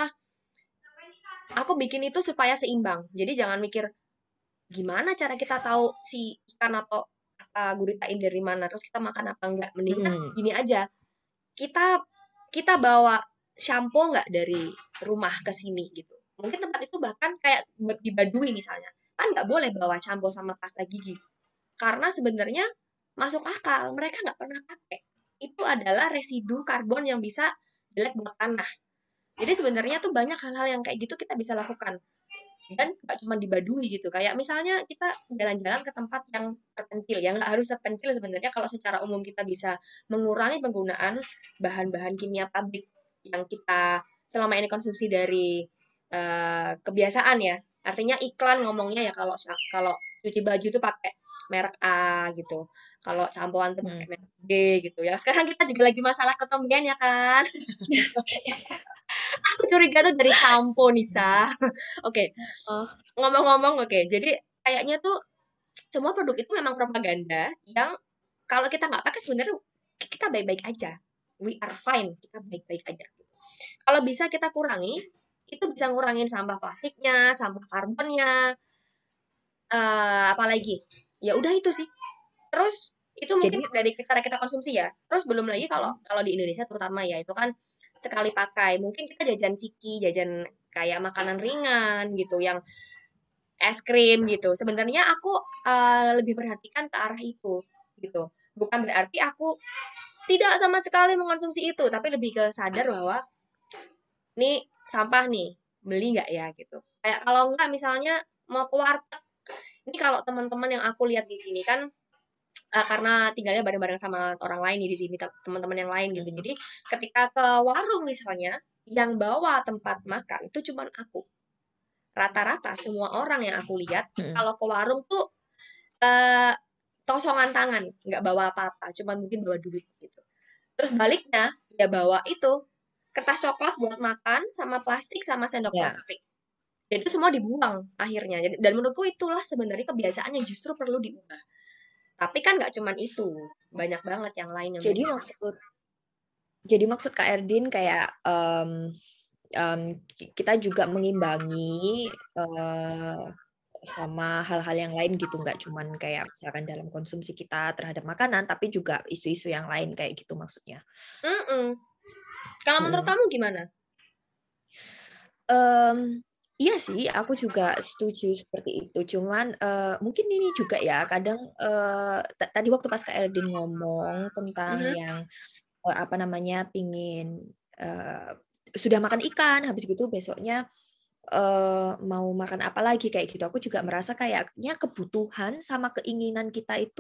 aku bikin itu supaya seimbang. Jadi jangan mikir gimana cara kita tahu si ikan atau gurita ini dari mana, terus kita makan apa enggak. Mendingan Mm-mm. gini aja, kita kita bawa shampoo nggak dari rumah ke sini gitu. Mungkin tempat itu bahkan kayak di Baduy misalnya, kan nggak boleh bawa shampoo sama pasta gigi. Karena sebenarnya masuk akal, mereka nggak pernah pakai. Itu adalah residu karbon yang bisa jelek buat tanah. Jadi sebenarnya tuh banyak hal-hal yang kayak gitu kita bisa lakukan. Dan nggak cuma di Baduy gitu. Kayak misalnya kita jalan-jalan ke tempat yang terpencil. Ya nggak harus terpencil sebenarnya kalau secara umum kita bisa mengurangi penggunaan bahan-bahan kimia pabrik yang kita selama ini konsumsi dari kebiasaan ya. Artinya iklan ngomongnya ya kalau kalau cuci baju tuh pakai merek A gitu. Kalau sampoan tuh pakai Mm. merek B gitu ya. Sekarang kita juga lagi masalah ketombean ya kan. Aku curiga tuh dari shampoo Nisa. Oke, Oh. ngomong-ngomong oke. Jadi kayaknya tuh semua produk itu memang propaganda yang kalau kita nggak pakai sebenarnya kita baik-baik aja. We are fine, kita baik-baik aja. Kalau bisa kita kurangi, itu bisa ngurangin sampah plastiknya, sampah karbonnya, apalagi ya udah itu sih. Terus itu Jadi mungkin dari cara kita konsumsi ya. Terus belum lagi kalau mm, kalau di Indonesia terutama ya itu kan sekali pakai. Mungkin kita jajan ciki, jajan kayak makanan ringan gitu, yang es krim gitu. Sebenarnya aku lebih perhatikan ke arah itu gitu. Bukan berarti aku tidak sama sekali mengkonsumsi itu, tapi lebih ke sadar bahwa nih sampah nih, beli nggak ya gitu. Kayak kalau nggak misalnya mau ke warteg, ini kalau teman-teman yang aku lihat di sini kan karena tinggalnya bareng-bareng sama orang lain nih di sini, teman-teman yang lain gitu. mm, Jadi ketika ke warung misalnya, yang bawa tempat makan itu cuman aku. Rata-rata semua orang yang aku lihat mm. kalau ke warung tuh eh, kosongan tangan, nggak bawa apa-apa, cuman mungkin bawa duit gitu. Terus baliknya dia bawa itu kertas coklat buat makan, sama plastik, sama sendok Ya. plastik. Dan itu semua dibuang akhirnya. Dan menurutku itulah sebenarnya kebiasaan yang justru perlu diubah. Tapi kan nggak cuman itu, banyak banget yang lain yang Jadi bisa. maksud Kak Erdin kayak kita juga mengimbangi sama hal-hal yang lain gitu, nggak cuman kayak misalkan dalam konsumsi kita terhadap makanan, tapi juga isu-isu yang lain kayak gitu maksudnya. Mm-mm. Kalau menurut Mm-mm. kamu gimana? Em, iya sih, aku juga setuju seperti itu. Cuman mungkin ini juga ya, kadang tadi waktu pas Kak Erdin ngomong tentang Mhm. yang apa namanya, pingin sudah makan ikan, habis gitu besoknya mau makan apa lagi kayak gitu. Aku juga merasa kayaknya kebutuhan sama keinginan kita itu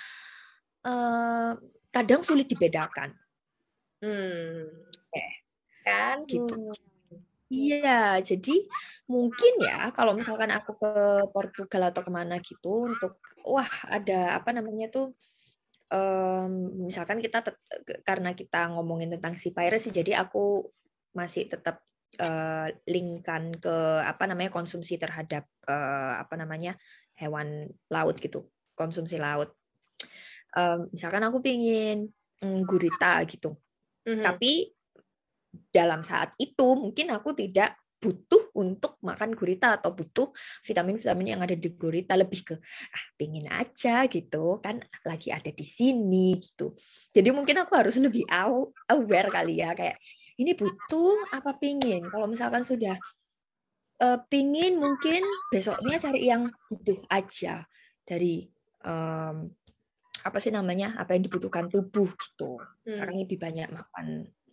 eh, kadang sulit dibedakan. Hmm, Eh, kan? gitu. Hmm. Iya, jadi mungkin ya kalau misalkan aku ke Portugal atau kemana gitu untuk wah ada apa namanya tuh em, misalkan kita karena kita ngomongin tentang si piracy, jadi aku masih tetap linkkan ke apa namanya konsumsi terhadap apa namanya hewan laut gitu, konsumsi laut. Misalkan aku pingin gurita gitu, Mhm. tapi dalam saat itu mungkin aku tidak butuh untuk makan gurita atau butuh vitamin-vitamin yang ada di gurita, lebih ke pingin aja gitu kan lagi ada di sini gitu. Jadi mungkin aku harus lebih aware kali ya, kayak ini butuh apa pingin. Kalau misalkan sudah pingin, mungkin besoknya cari yang butuh aja dari em, apa sih namanya, apa yang dibutuhkan tubuh gitu. Hmm. Misalkan lebih banyak makan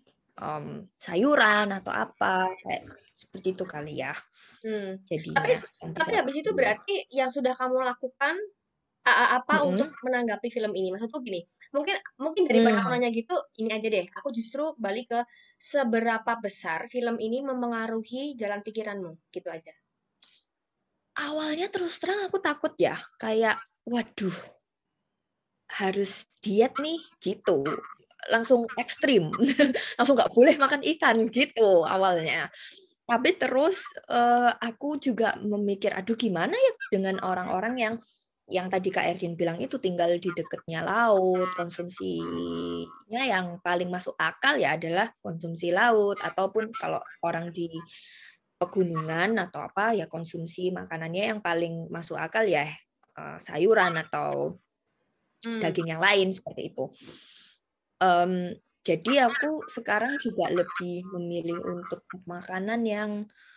sayuran atau apa kayak seperti itu kali ya Hmm. Tapi jadinya yang tapi bisa aku habis itu tiru. berarti yang sudah kamu lakukan apa untuk Mm-mm. menanggapi film ini? Maksudku gini, mungkin mungkin daripada aku Hmm. nanya gitu, ini aja deh. Aku justru balik ke seberapa besar film ini memengaruhi jalan pikiranmu, gitu aja. Awalnya terus terang aku takut ya, kayak waduh harus diet nih gitu, langsung ekstrim, langsung nggak boleh makan ikan gitu awalnya. Tapi terus aku juga memikir, aduh gimana ya dengan orang-orang yang tadi Kak Erdin bilang itu tinggal di dekatnya laut, konsumsinya yang paling masuk akal ya adalah konsumsi laut, ataupun kalau orang di pegunungan atau apa ya konsumsi makanannya yang paling masuk akal ya sayuran atau Hmm. daging yang lain seperti itu. Jadi aku sekarang juga lebih memilih untuk makanan yang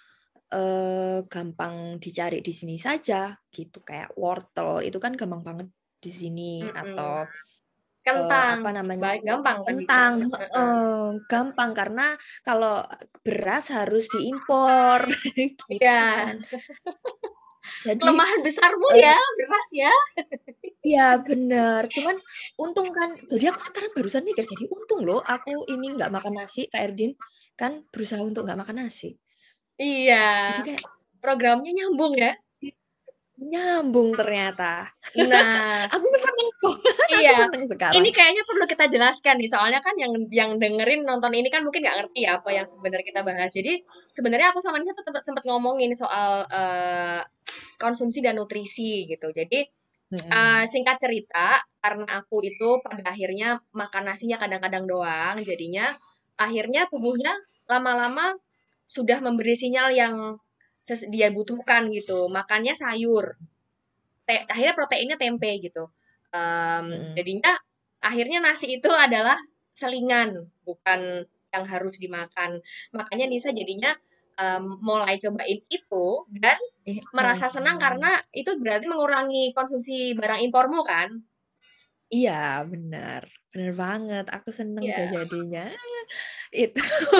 gampang dicari di sini saja gitu, kayak wortel itu kan gampang banget di sini, Mm-mm. atau Kentang, apa namanya baik gampang kan kentang. dicari. Heeh. Gampang karena kalau beras harus diimpor gitu. Iya, Jadi kelemahan besarmu eh, ya, beras ya. ya benar, cuman untung kan, jadi aku sekarang barusan mikir, jadi untung loh aku ini nggak makan nasi, Kak Erdin kan berusaha untuk nggak makan nasi, Iya, jadi kayak programnya nyambung ya. nyambung ternyata. Nah, Aku seneng kok. Aku iya, seneng sekarang. ini kayaknya perlu kita jelaskan nih, soalnya kan yang dengerin nonton ini kan mungkin nggak ngerti ya apa yang sebenarnya kita bahas. Jadi sebenarnya aku sama Nisa tuh sempat ngomongin soal konsumsi dan nutrisi gitu. Jadi Mm-mm. singkat cerita, karena aku itu pada akhirnya makan nasinya kadang-kadang doang, jadinya akhirnya tubuhnya lama-lama sudah memberi sinyal yang dia butuhkan gitu. Makannya sayur, akhirnya proteinnya tempe gitu. Mm-mm. Jadinya akhirnya nasi itu adalah selingan, bukan yang harus dimakan. Makanya Nisa jadinya mulai cobain itu dan merasa senang karena itu berarti mengurangi konsumsi barang impormu kan? Iya, benar. Benar banget. Aku seneng deh Ya. jadinya. Itu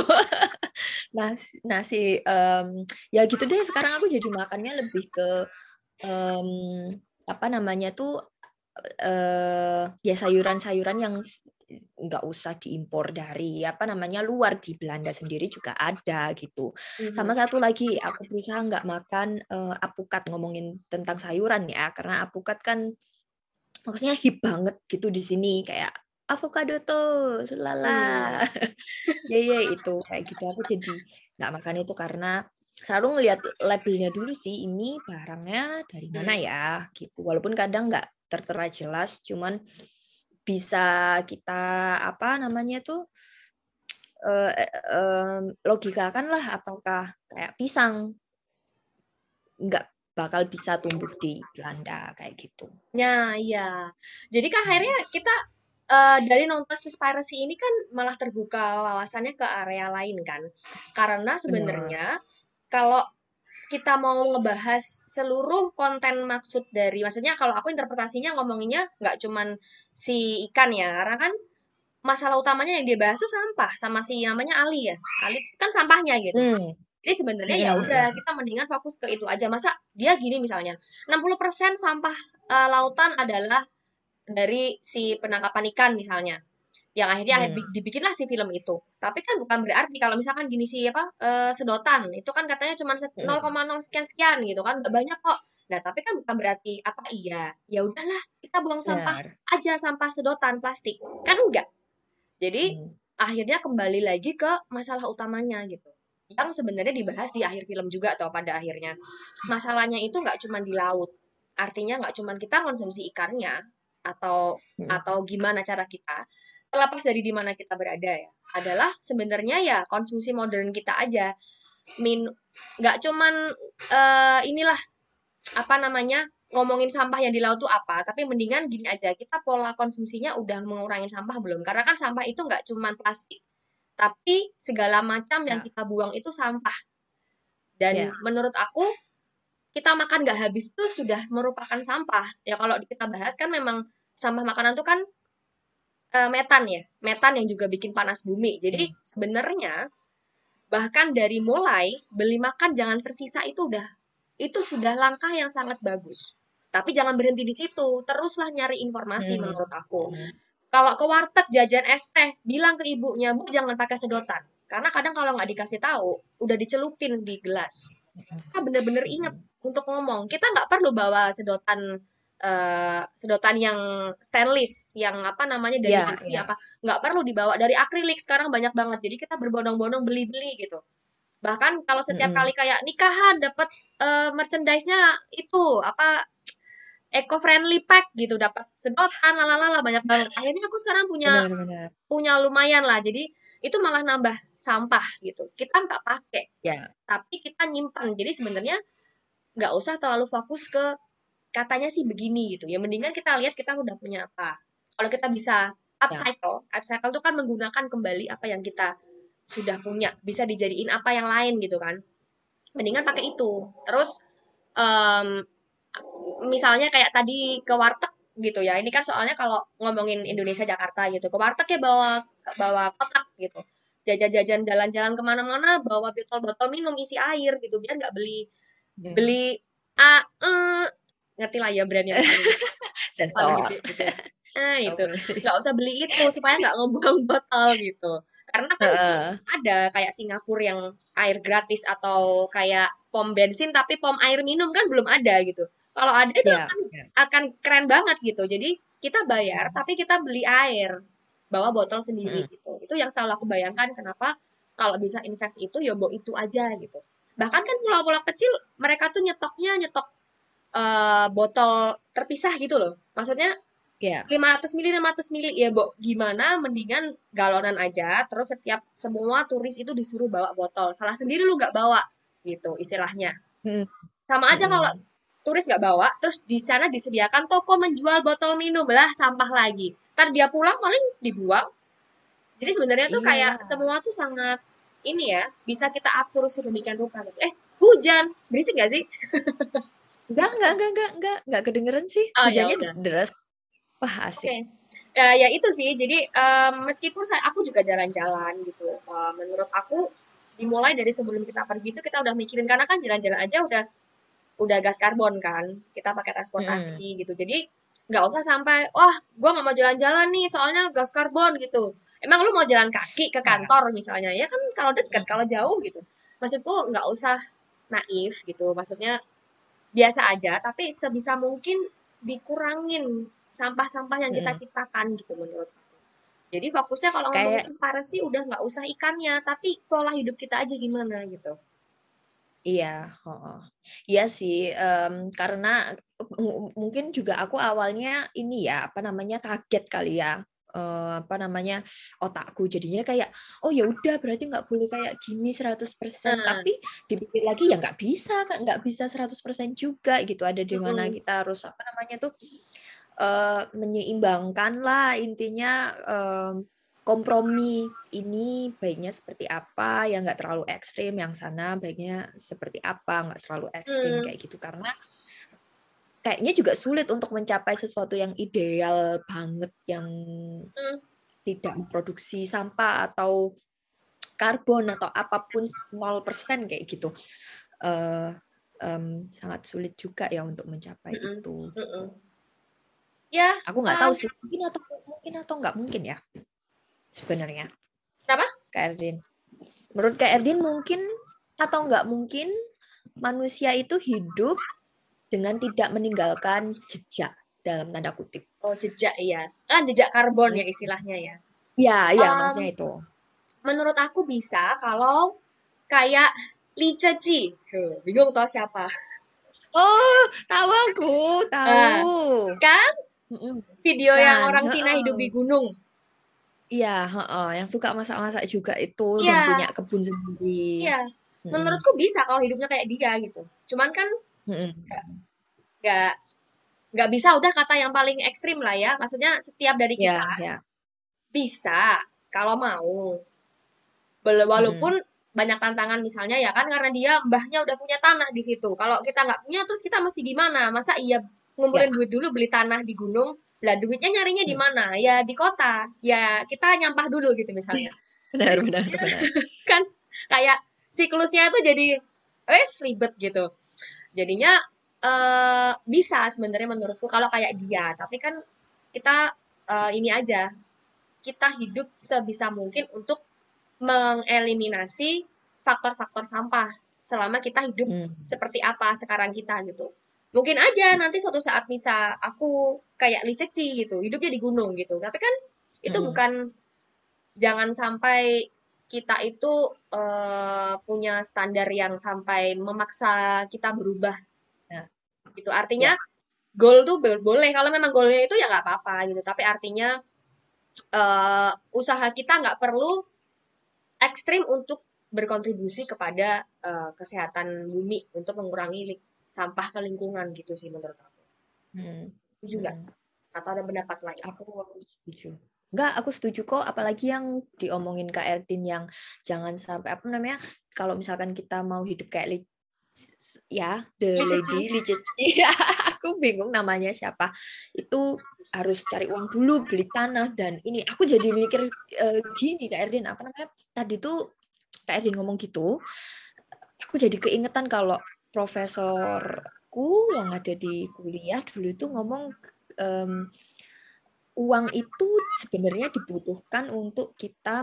nasi ya gitu deh. Sekarang aku jadi makannya lebih ke em, apa namanya tuh ya sayuran-sayuran yang nggak usah diimpor dari apa namanya luar, di Belanda sendiri juga ada gitu. Sama Mhm. satu lagi, aku berusaha nggak makan apukat, ngomongin tentang sayuran ya, karena apukat kan maksudnya hip banget gitu di sini, kayak avocado toast, lala. Mhm. Ya ya itu kayak gitu, aku jadi nggak makan itu karena selalu ngelihat labelnya dulu sih, ini barangnya dari mana Mhm. ya gitu. Walaupun kadang nggak tertera jelas, cuman bisa kita apa namanya tuh logikakan lah, apakah kayak pisang nggak bakal bisa tumbuh di Belanda kayak gitu. Ya, iya. Jadi kan akhirnya kita dari nonton Suspiracy ini kan malah terbuka wawasannya ke area lain kan. Karena Benar. sebenarnya kalau kita mau ngebahas seluruh konten maksud dari, maksudnya kalau aku interpretasinya ngomonginnya nggak cuman si ikan ya, karena kan masalah utamanya yang dia bahas tuh sampah sama si namanya Ali ya. Ali kan sampahnya gitu. Hmm. Jadi sebenarnya ya udah Mm-mm. kita mendingan fokus ke itu aja. Masa dia gini misalnya, 60% sampah lautan adalah dari si penangkapan ikan misalnya. Yang akhirnya Mm. dibikinlah si film itu. Tapi kan bukan berarti kalau misalkan gini sih apa sedotan itu kan katanya cuma Mm. 0,0 sekian sekian gitu kan, nggak banyak kok. Nah, tapi kan bukan berarti apa iya, ya udahlah kita buang sampah Benar. aja, sampah sedotan plastik. Kan enggak. Jadi Mm. akhirnya kembali lagi ke masalah utamanya gitu. Yang sebenarnya dibahas di akhir film juga atau pada akhirnya. Masalahnya itu nggak cuma di laut. Artinya nggak cuma kita konsumsi ikannya atau Mm. gimana cara kita, terlepas dari di mana kita berada ya. Adalah sebenarnya ya konsumsi modern kita aja. Min nggak cuman inilah apa namanya ngomongin sampah yang di laut tuh apa, tapi mendingan gini aja, kita pola konsumsinya udah mengurangi sampah belum, karena kan sampah itu nggak cuma plastik tapi segala macam yang Ya, kita buang itu sampah. Dan ya, menurut aku kita makan nggak habis tuh sudah merupakan sampah ya. Kalau kita bahas kan memang sampah makanan tuh kan metan ya, metan yang juga bikin panas bumi. Jadi mm. sebenarnya bahkan dari mulai beli makan jangan tersisa itu sudah langkah yang sangat bagus. Tapi jangan berhenti di situ, teruslah nyari informasi menurut Mm. aku. Mm. Kalau ke warteg jajan es teh, bilang ke ibunya, Bu jangan pakai sedotan. Karena kadang kalau nggak dikasih tahu, udah dicelupin di gelas. Kita bener-bener ingat Mm. untuk ngomong. Kita nggak perlu bawa sedotan sedotan yang stainless, yang apa namanya dari Ya, besi apa, ya. nggak perlu dibawa dari akrilik sekarang banyak banget. Jadi kita berbondong-bondong beli-beli gitu. Bahkan kalau setiap Mm. kali kayak nikahan dapat merchandise-nya itu apa eco-friendly pack gitu, dapat sedotan, lalala banyak banget. Akhirnya aku sekarang punya Benar-benar. punya lumayan lah. Jadi itu malah nambah sampah gitu. Kita nggak pakai, Ya, tapi kita nyimpan. Jadi sebenarnya nggak usah terlalu fokus ke katanya sih begini gitu. Ya mendingan kita lihat kita udah punya apa. Kalau kita bisa ya, upcycle itu kan menggunakan kembali apa yang kita sudah punya, bisa dijadiin apa yang lain gitu kan. Mendingan pakai itu. Terus em, misalnya kayak tadi ke warteg gitu ya. Ini kan soalnya kalau ngomongin Indonesia Jakarta gitu, ke warteg ya bawa bawa kotak gitu. Jajan-jajan jalan-jalan kemana-mana bawa botol-botol minum isi air gitu biar nggak beli mm. beli ngerti lah ya brand yang paling Sensor. gede gitu ya. Nggak Itu boleh. nggak usah beli itu supaya nggak ngebuang botol gitu. Karena kan di sini Heeh. ada kayak Singapura yang air gratis atau kayak pom bensin tapi pom air minum kan belum ada gitu. Kalau ada itu Ya, ya. akan keren banget gitu. Jadi kita bayar Mm. tapi kita beli air, bawa botol sendiri Mm. gitu. Itu yang selalu aku bayangkan kenapa kalau bisa invest itu ya bawa itu aja gitu. Bahkan kan pulau-pulau kecil mereka tuh nyetoknya nyetok botol terpisah gitu loh. Maksudnya Ya. 500 mili, 500 mili ya, Bo. Gimana mendingan galonan aja, terus setiap semua turis itu disuruh bawa botol. Salah sendiri lu nggak bawa, gitu istilahnya. Mm, Sama aja kalau mm-mm. turis nggak bawa, terus di sana disediakan toko menjual botol minum, lah sampah lagi. Ntar dia pulang paling dibuang. Jadi sebenarnya tuh kayak Iya. semua tuh sangat ini ya, bisa kita atur sedemikian rupa gitu. Hujan, berisik gak sih? Enggak kedengeran sih. Oh ya Hujannya udah. deras. Wah, Oke. asik. Ya itu sih. Jadi meskipun aku juga jalan-jalan gitu. Menurut aku dimulai dari sebelum kita pergi itu kita udah mikirin karena kan jalan-jalan aja udah gas karbon kan. Kita pakai Mm-mm. transportasi gitu. Jadi nggak usah sampai wah gua nggak mau jalan-jalan nih soalnya gas karbon gitu. Emang lu mau jalan kaki ke Ya. kantor misalnya ya kan kalau deket kalau Mm-mm. jauh gitu. Maksudku nggak usah naif gitu. Maksudnya biasa aja, tapi sebisa mungkin dikurangin sampah-sampah yang kita Mm-mm. ciptakan gitu menurut aku. Jadi fokusnya kalau ngomongin Kayak transparansi udah nggak usah ikannya, tapi pola hidup kita aja gimana gitu. iya, heeh. Iya sih, karena mungkin juga aku awalnya ini ya, apa namanya, kaget kali ya, apa namanya, otakku jadinya kayak, oh ya udah berarti nggak boleh kayak gini 100%. Nah, Tapi dipikir lagi ya nggak bisa, Kak, nggak bisa 100% juga gitu. Ada di mana mm-mm, kita harus apa namanya tuh menyeimbangkan lah intinya, kompromi ini baiknya seperti apa yang nggak terlalu ekstrim, yang sana baiknya seperti apa nggak terlalu ekstrim mm, kayak gitu, karena kayaknya juga sulit untuk mencapai sesuatu yang ideal banget yang mm. tidak memproduksi sampah atau karbon atau apapun 0% kayak gitu. Eh, Sangat sulit juga ya untuk mencapai Mm-mm, itu gitu. mm-mm. Ya, Aku nggak tahu sih, mungkin atau nggak mungkin ya sebenarnya. kenapa? Kak Erdin. Menurut Kak Erdin mungkin atau nggak mungkin manusia itu hidup dengan tidak meninggalkan jejak dalam tanda kutip. Oh, jejak iya. Kan jejak karbon Hmm. ya istilahnya ya. Ya, ya Em, maksudnya itu. menurut aku bisa kalau kayak Li Ceci. Bingung tau siapa? Oh, tahu aku, tahu. Nah, kan Mm-mm. video yang Kan, orang Cina heeh. hidup di gunung. Iya, heeh. Yang suka masak-masak juga itu dan Iya, punya kebun sendiri. iya. Mm-mm. Menurutku bisa kalau hidupnya kayak dia gitu. Cuman kan Mm-mm. nggak nggak bisa udah kata yang paling ekstrim lah ya. Maksudnya setiap dari kita Ya, ya. bisa kalau mau. Walaupun Mm-mm. banyak tantangan misalnya ya kan karena dia mbahnya udah punya tanah di situ. Kalau kita nggak punya terus kita mesti gimana? Masa iya Ya. ngumpulin duit dulu beli tanah di gunung? Lah duitnya nyarinya di Mm. mana? Ya di kota. Ya kita nyampah dulu gitu misalnya. Benar, Jadi benar, benar. kan kayak siklusnya tuh jadi ribet gitu. Jadinya bisa sebenarnya menurutku kalau kayak dia, tapi kan kita ini aja, kita hidup sebisa mungkin untuk mengeliminasi faktor-faktor sampah selama kita hidup Hmm. seperti apa sekarang kita gitu. Mungkin aja nanti suatu saat bisa aku kayak Liceci gitu, hidupnya di gunung gitu. Tapi kan itu Mm-mm. bukan jangan sampai kita itu punya standar yang sampai memaksa kita berubah Ya, gitu. Artinya ya. goal tuh boleh kalau memang goalnya itu ya nggak apa-apa gitu. Tapi artinya usaha kita nggak perlu ekstrim untuk berkontribusi kepada kesehatan bumi untuk mengurangi sampah ke lingkungan gitu sih menurut aku. Mm. Setuju nggak? Mm. Atau ada pendapat lain? Aku setuju. Enggak, aku setuju kok. Apalagi yang diomongin Kak Erdin yang jangan sampai apa namanya, kalau misalkan kita mau hidup kayak ya the Liceci. lady Liceci, aku bingung namanya siapa. Itu harus cari uang dulu, beli tanah dan ini. Aku jadi mikir gini Kak Erdin, apa namanya? Tadi tuh Kak Erdin ngomong gitu, aku jadi keingetan kalau profesorku yang ada di kuliah dulu itu ngomong em, uang itu sebenarnya dibutuhkan untuk kita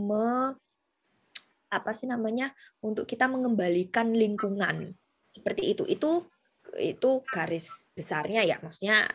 apa sih namanya untuk kita mengembalikan lingkungan seperti itu garis besarnya ya maksudnya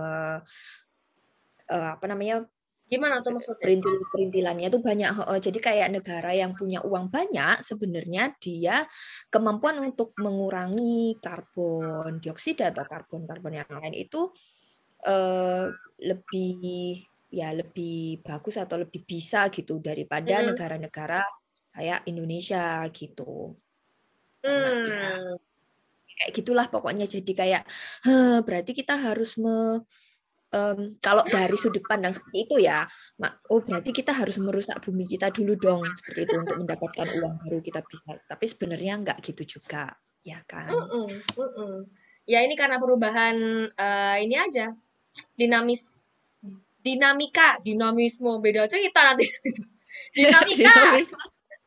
apa namanya Gimana tuh maksudnya? perintil-perintilannya itu banyak. Jadi kayak negara yang punya uang banyak sebenarnya dia kemampuan untuk mengurangi karbon dioksida atau karbon-karbon yang lain itu eh, lebih ya lebih bagus atau lebih bisa gitu daripada Mm-mm. negara-negara kayak Indonesia gitu. Karena ya Hmm. kayak gitulah pokoknya jadi kayak berarti kita harus kalau dari sudut pandang seperti itu ya, oh berarti kita harus merusak bumi kita dulu dong seperti itu untuk mendapatkan uang baru kita bisa. Tapi sebenarnya nggak gitu juga, ya kan? Mm-mm. Mm-mm. Ya ini karena perubahan ini aja dinamis dinamisme beda cerita nanti dinamika Dinamis.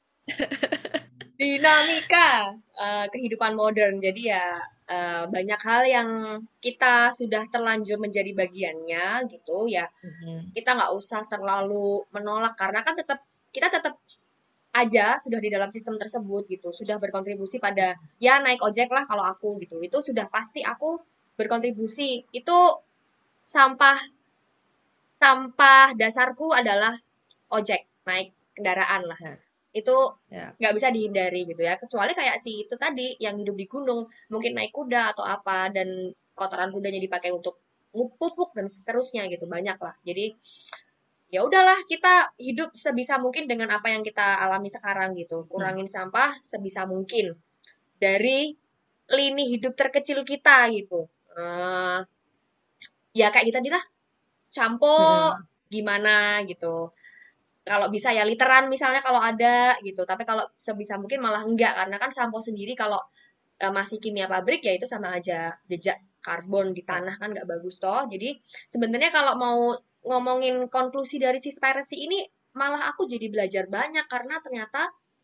dinamika kehidupan modern. Jadi ya banyak hal yang kita sudah terlanjur menjadi bagiannya gitu ya. Mhm. Kita nggak usah terlalu menolak karena kan kita tetap aja sudah di dalam sistem tersebut gitu, sudah berkontribusi pada ya naik ojek lah kalau aku gitu. Itu sudah pasti aku berkontribusi. Itu sampah sampah dasarku adalah ojek, naik kendaraan lah. Ya, Itu ya. nggak bisa dihindari gitu ya. Kecuali kayak si itu tadi yang hidup di gunung, mungkin naik kuda atau apa dan kotoran kudanya dipakai untuk pupuk dan seterusnya gitu, banyak lah. Jadi ya udahlah kita hidup sebisa mungkin dengan apa yang kita alami sekarang gitu. Hmm. Kurangin sampah sebisa mungkin dari lini hidup terkecil kita gitu. Eh, ya kayak gitu tadi lah, sampo Mm-mm. gimana gitu. Kalau bisa ya literan misalnya kalau ada gitu. Tapi kalau sebisa mungkin malah enggak karena kan sampo sendiri kalau masih kimia pabrik ya itu sama aja jejak karbon di Ya. tanah kan nggak bagus toh. Jadi sebenarnya kalau mau ngomongin konklusi dari si Spiracy ini malah aku jadi belajar banyak karena ternyata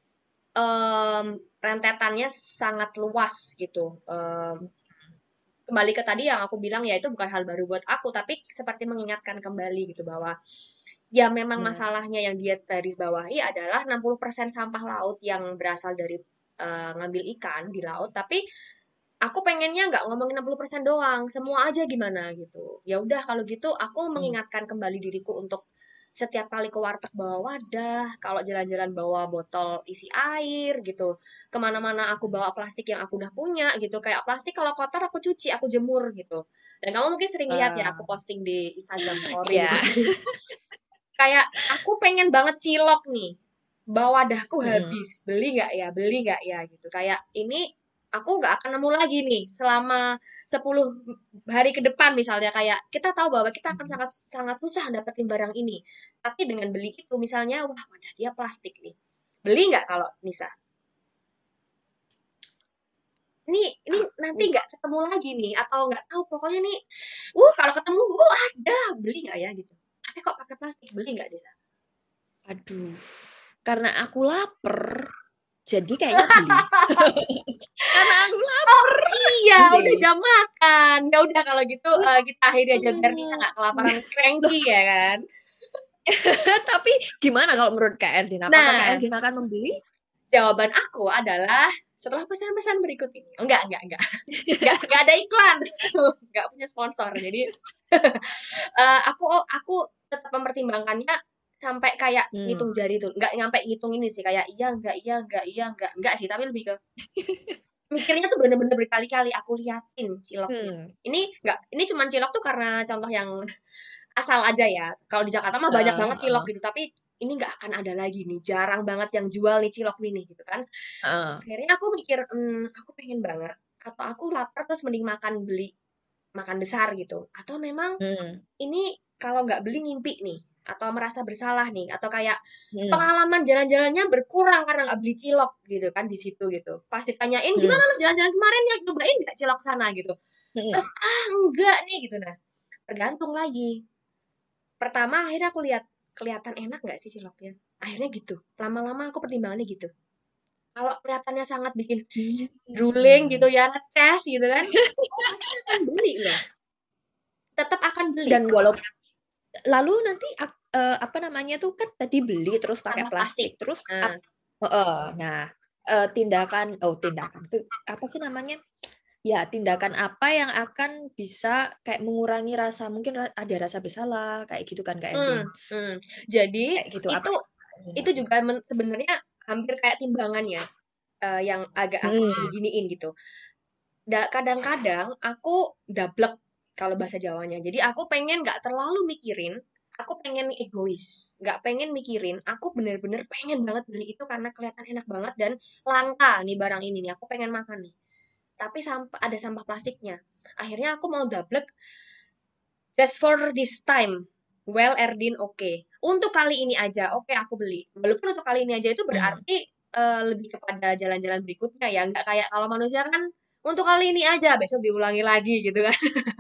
rentetannya sangat luas gitu. Kembali ke tadi yang aku bilang ya itu bukan hal baru buat aku tapi seperti mengingatkan kembali gitu bahwa ya memang Ya. masalahnya yang dia garis bawahi adalah 60% sampah laut yang berasal dari ngambil ikan di laut tapi aku pengennya nggak ngomongin 60% doang, semua aja gimana gitu. Ya udah kalau gitu aku Hmm. mengingatkan kembali diriku untuk setiap kali ke warteg bawa wadah, kalau jalan-jalan bawa botol isi air gitu. Kemana-mana aku bawa plastik yang aku udah punya gitu. Kayak plastik kalau kotor aku cuci, aku jemur gitu. Dan kamu mungkin sering lihat ya aku Ah, posting di Instagram story gitu. iya. Kayak aku pengen banget cilok nih. Bawa wadahku Mm-mm. habis. Beli nggak ya gitu. Kayak ini aku nggak akan nemu lagi nih selama 10 hari ke depan misalnya kayak kita tahu bahwa kita akan sangat sangat susah dapetin barang ini. Tapi dengan beli itu misalnya wah wadah dia plastik nih. Beli nggak kalau Nisa? Ini nanti Aku, nggak ketemu lagi nih atau nggak tahu pokoknya nih kalau ketemu ada beli nggak ya gitu. Tapi kok pakai plastik beli nggak Nisa? aduh, karena aku lapar, jadi kayaknya beli. Karena aku Oh lapar. iya, udah Oke. jam makan. Ya udah kalau gitu kita akhiri aja biar bisa nggak kelaparan cranky ya kan. Tapi gimana kalau menurut Kak Erdin? Apakah Kak Nah, Erdin akan membeli? jawaban aku adalah setelah pesan-pesan berikut ini. Oh, enggak. Enggak ada iklan. Enggak punya sponsor. Jadi aku tetap mempertimbangkannya sampai kayak Hmm. ngitung jari tuh. Enggak nyampe ngitung ini sih kayak enggak sih, tapi lebih ke mikirnya tuh bener-bener berkali-kali aku liatin ciloknya. Hmm. Ini cuman cilok tuh karena contoh yang asal aja ya. Kalau di Jakarta mah banyak Uh, banget cilok gitu, tapi ini nggak akan ada lagi nih. Jarang banget yang jual nih cilok nih gitu kan. uh. Akhirnya aku mikir, aku pengen banget. Atau aku lapar terus mending beli makan besar gitu. Atau memang Hmm. ini kalau nggak beli ngimpi nih. Atau merasa bersalah nih. Atau kayak Hmm. pengalaman jalan-jalannya berkurang karena nggak beli cilok gitu kan di situ gitu. Pas ditanyain Hmm. gimana lo jalan-jalan kemarin ya cobain nggak cilok sana gitu. Hmm. Terus enggak nih gitu nah. Tergantung lagi pertama akhirnya aku lihat kelihatan enak nggak sih ciloknya akhirnya gitu lama-lama aku pertimbangannya gitu kalau kelihatannya sangat bikin drooling gitu Hmm. ya ngeces gitu kan mungkin akan beli loh tetap akan beli Dan walau lalu nanti apa namanya tuh kan tadi beli terus pakai sampah plastik plastik terus nah nah tindakan apa sih namanya ya tindakan apa yang akan bisa kayak mengurangi rasa mungkin ada rasa bersalah kayak gitu kan Kak hmm, Erdin hmm. Jadi kayak gitu apa itu yang Erdin itu lakukan? juga sebenarnya hampir kayak timbangannya yang agak aku Hmm. gini-giniin gitu kadang-kadang aku dablek kalau bahasa Jawanya. Jadi aku pengen nggak terlalu mikirin, aku pengen egois, nggak pengen mikirin, aku bener-bener pengen banget beli itu karena kelihatan enak banget dan langka nih barang ini nih, aku pengen makan nih. Tapi ada sampah plastiknya. Akhirnya aku mau dablek just for this time. Well, Erdin, oke. Untuk kali ini aja, oke aku beli. Walaupun untuk kali ini aja itu Hmm. berarti lebih kepada jalan-jalan berikutnya ya. Nggak kayak kalau manusia kan untuk kali ini aja, besok diulangi lagi gitu kan.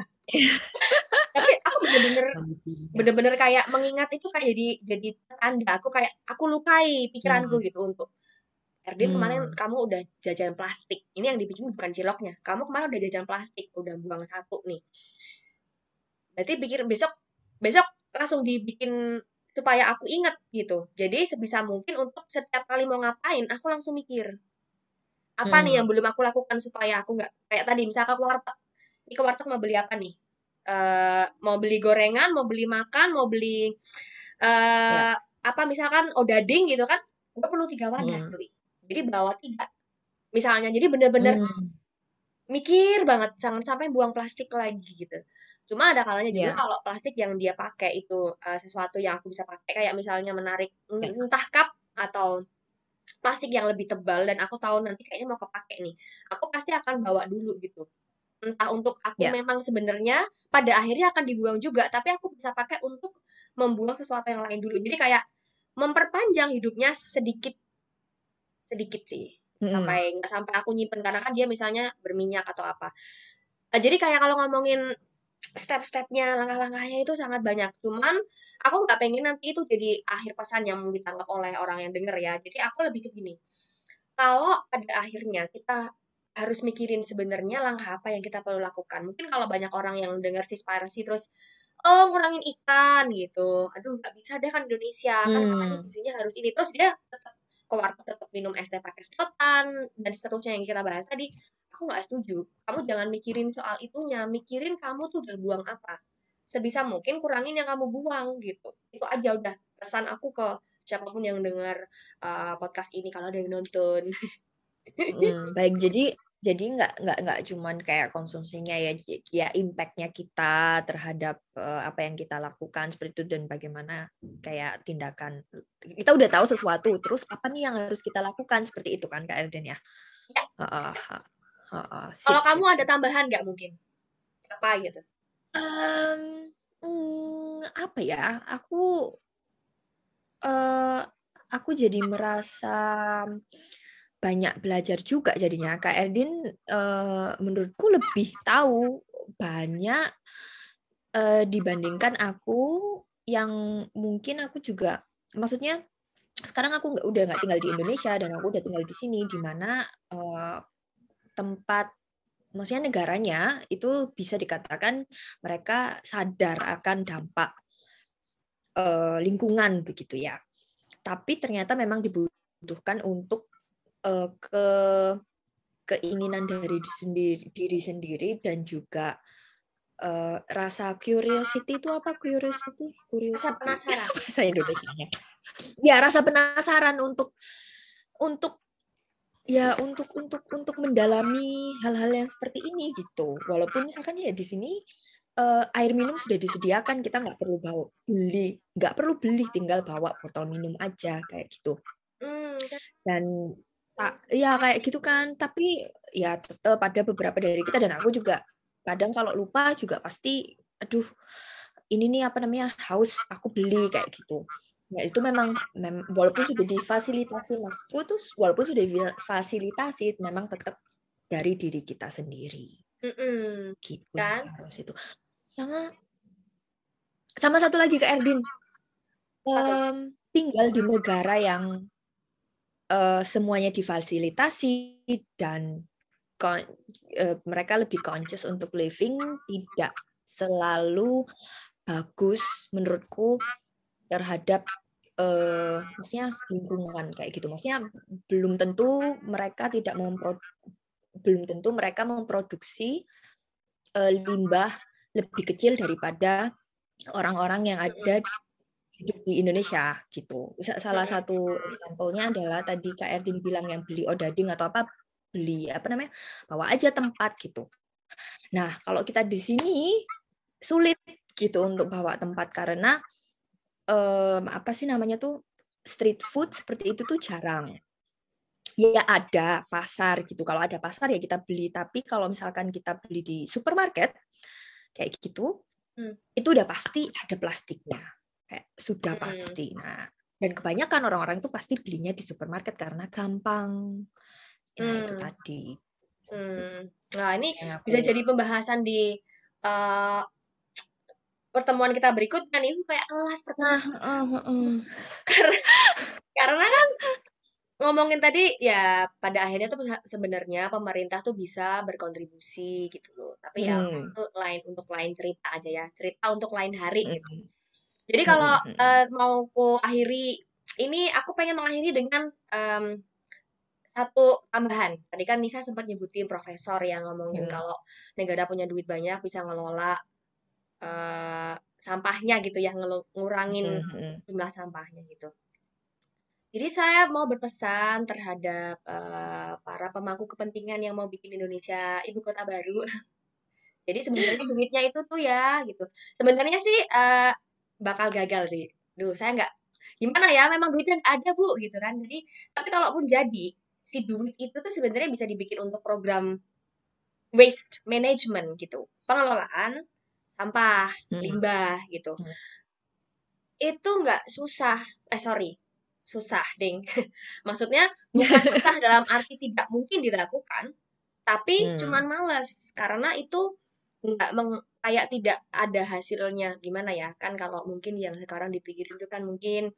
Tapi aku bener-bener Manusia. bener-bener kayak mengingat itu kayak jadi tanda aku kayak aku lukai pikiranku Hmm. gitu untuk Erdin kemarin Hmm. kamu udah jajan plastik. Ini yang dibikin bukan ciloknya. Kamu kemarin udah jajan plastik, udah buang satu nih. Berarti pikir besok besok langsung dibikin supaya aku ingat gitu. Jadi sebisa mungkin untuk setiap kali mau ngapain, aku langsung mikir apa nih yang Hmm. belum aku lakukan supaya aku nggak kayak tadi misalkan ke warteg. Ini ke warteg mau beli apa nih? Mau beli gorengan, mau beli makan, mau beli Ya. eh apa misalkan odading gitu kan? Gue perlu 3 wadah, Hmm. cuy. Jadi bawa 3. Misalnya, jadi bener-bener Hmm. mikir banget jangan sampai buang plastik lagi gitu. Cuma ada kalanya juga Ya. kalau plastik yang dia pakai itu sesuatu yang aku bisa pakai kayak misalnya menarik Ya. entah cup atau plastik yang lebih tebal dan aku tahu nanti kayaknya mau kepake nih. Aku pasti akan bawa dulu gitu. Entah untuk aku Ya. memang sebenarnya pada akhirnya akan dibuang juga, tapi aku bisa pakai untuk membuang sesuatu yang lain dulu. Jadi kayak memperpanjang hidupnya sedikit sedikit sih. Hmm. Nggak sampai aku nyimpen karena kan dia misalnya berminyak atau apa. Jadi kayak kalau ngomongin step-stepnya, langkah-langkahnya itu sangat banyak. Cuman aku nggak pengen nanti itu jadi akhir pesan yang ditangkap oleh orang yang denger ya. Jadi aku lebih ke gini, kalau pada akhirnya kita harus mikirin sebenarnya langkah apa yang kita perlu lakukan. Mungkin kalau banyak orang yang dengar Seaspiracy terus, oh ngurangin ikan gitu. Aduh nggak bisa deh kan Indonesia, kan katanya Hmm. gizinya harus ini. Terus dia tetap ke warteg tetap minum es teh pakai sedotan dan seterusnya yang kita bahas tadi. Aku nggak setuju. Kamu jangan mikirin soal itunya, mikirin kamu tuh udah buang apa. Sebisa mungkin kurangin yang kamu buang gitu. Itu aja udah pesan aku ke siapapun yang dengar podcast ini kalau ada yang nonton. Baik, jadi nggak cuman kayak konsumsinya ya, ya impactnya kita terhadap apa yang kita lakukan seperti itu dan bagaimana kayak tindakan kita udah tahu sesuatu, terus apa nih yang harus kita lakukan seperti itu kan Kak Erden ya. Ya, Heeh, kalau sip kamu sip ada sip. tambahan nggak mungkin? Apa gitu? Em, apa ya? eh, aku jadi merasa banyak belajar juga jadinya. Kak Erdin menurutku lebih tahu banyak dibandingkan aku yang mungkin aku juga maksudnya sekarang aku udah nggak tinggal di Indonesia dan aku udah tinggal di sini di mana tempat maksudnya negaranya itu bisa dikatakan mereka sadar akan dampak lingkungan begitu ya. Tapi ternyata memang dibutuhkan untuk ke keinginan dari diri sendiri dan juga rasa curiosity itu apa Rasa curiosity penasaran. bahasa Indonesianya ya rasa penasaran untuk ya untuk mendalami hal-hal yang seperti ini gitu walaupun misalkan ya di sini air minum sudah disediakan kita nggak perlu beli tinggal bawa botol minum aja kayak gitu Kan. dan ya kayak gitu kan tapi ya tetap ada beberapa dari kita dan aku juga kadang kalau lupa juga pasti aduh ini nih apa namanya haus aku beli kayak gitu ya itu memang walaupun sudah difasilitasi maksudku tuh walaupun sudah difasilitasi memang tetap dari diri kita sendiri Mm-mm. gitu yang Kan? harus itu sama sama satu lagi ke Erdin Apa tuh? tinggal di negara yang semuanya difasilitasi dan mereka lebih conscious untuk living tidak selalu bagus menurutku terhadap maksudnya lingkungan kayak gitu. Maksudnya belum tentu mereka memproduksi limbah lebih kecil daripada orang-orang yang ada Mm-mm. hidup di Indonesia gitu. Salah Mm-mm. satu example-nya adalah tadi Kak Erdin bilang yang beli odading atau apa beli apa namanya bawa aja tempat gitu. Nah kalau kita di sini sulit gitu untuk bawa tempat karena apa sih namanya tuh street food seperti itu tuh jarang. Ya ada pasar gitu. Kalau ada pasar ya kita beli. Tapi kalau misalkan kita beli di supermarket kayak gitu, itu udah pasti ada plastiknya. Kayak sudah pasti. Nah, dan kebanyakan orang-orang itu pasti belinya di supermarket karena gampang. Nah, itu tadi. Nah, ini bisa jadi pembahasan di pertemuan kita berikutnya nih, kayak kelas pertama. Karena kan ngomongin tadi ya pada akhirnya tuh sebenarnya pemerintah tuh bisa berkontribusi gitu loh. Tapi ya itu untuk lain cerita aja ya, cerita untuk lain hari gitu. Jadi kalau mau aku akhiri ini, aku pengen mengakhiri dengan satu tambahan. Tadi kan Nisa sempat nyebutin profesor yang ngomongin kalau negara punya duit banyak bisa ngelola sampahnya gitu ya, ngurangin jumlah sampahnya gitu. Jadi saya mau berpesan terhadap para pemangku kepentingan yang mau bikin Indonesia ibu kota baru. Jadi sebenarnya duitnya itu tuh ya gitu. Sebenarnya sih bakal gagal sih. Duh, saya nggak gimana ya, memang duitnya nggak ada Bu gitu kan. Jadi tapi kalaupun jadi si duit itu tuh sebenarnya bisa dibikin untuk program waste management gitu. Pengelolaan sampah, limbah gitu. Itu nggak susah. Susah, ding. Maksudnya bukan susah dalam arti tidak mungkin dilakukan, tapi cuman males karena itu nggak kayak tidak ada hasilnya. Gimana ya? Kan kalau mungkin yang sekarang dipikirin itu kan mungkin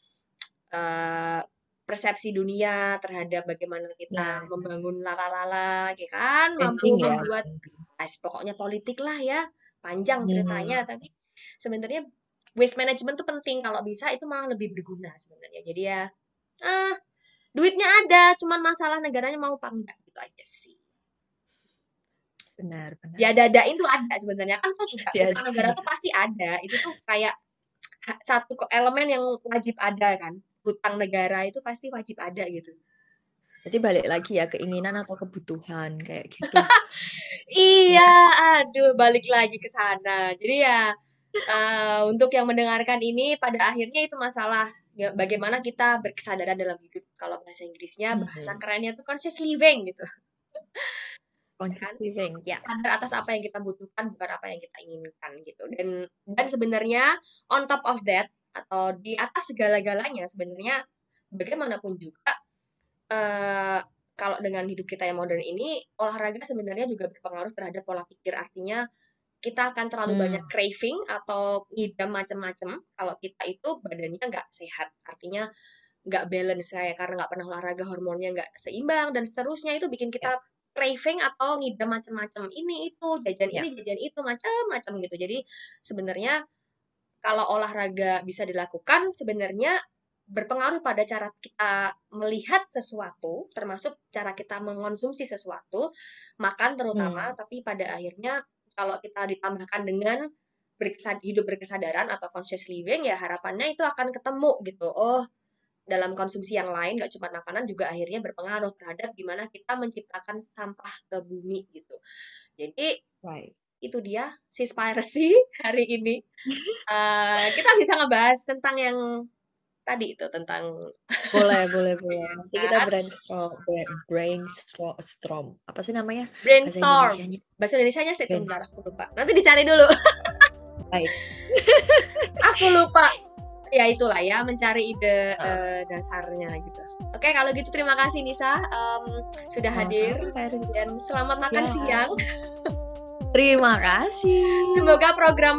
persepsi dunia terhadap bagaimana kita membangun lala-lala, ya kan? Mampu membuat pokoknya politik lah ya. Panjang ceritanya, tapi sebenarnya waste management tuh penting. Kalau bisa itu malah lebih berguna sebenarnya. Jadi ya duitnya ada, cuman masalah negaranya mau apa enggak gitu aja sih. Benar. Ya dadain tuh ada sebenarnya kan, tuh juga utang negara tuh pasti ada. Itu tuh kayak satu elemen yang wajib ada kan. Hutang negara itu pasti wajib ada gitu. Jadi balik lagi ya, keinginan atau kebutuhan kayak gitu. Iya, aduh balik lagi ke sana. Jadi ya untuk yang mendengarkan ini pada akhirnya itu masalah ya, bagaimana kita berkesadaran dalam hidup. Kalau bahasa Inggrisnya, bahasa kerennya tuh conscious living gitu. Conscious living, ya. Sadar atas apa yang kita butuhkan, bukan apa yang kita inginkan gitu. Dan sebenarnya on top of that, atau di atas segala-galanya sebenarnya bagaimanapun juga kalau dengan hidup kita yang modern ini, olahraga sebenarnya juga berpengaruh terhadap pola pikir. Artinya kita akan terlalu banyak craving atau ngidam macam-macam kalau kita itu badannya nggak sehat. Artinya nggak balance kayak karena nggak pernah olahraga, hormonnya nggak seimbang dan seterusnya, itu bikin kita craving atau ngidam macam-macam, ini itu jajan ini jajan itu macam-macam gitu. Jadi sebenarnya kalau olahraga bisa dilakukan sebenarnya berpengaruh pada cara kita melihat sesuatu, termasuk cara kita mengonsumsi sesuatu, makan terutama, tapi pada akhirnya kalau kita ditambahkan dengan hidup berkesadaran atau conscious living, ya harapannya itu akan ketemu gitu. Oh, dalam konsumsi yang lain, gak cuma makanan, juga akhirnya berpengaruh terhadap gimana kita menciptakan sampah ke bumi gitu. Jadi, itu dia Seaspiracy hari ini. Kita bisa ngebahas tentang yang tadi itu, tentang boleh. Nanti kita brainstorm. Apa sih namanya? Brainstorm. Bahasa Indonesianya sih sebentar, aku lupa. Nanti dicari dulu. Baik. Aku lupa. Ya itulah ya, mencari ide dasarnya gitu. Oke, kalau gitu terima kasih Nisa sudah hadir dan selamat makan siang. Terima kasih. Semoga program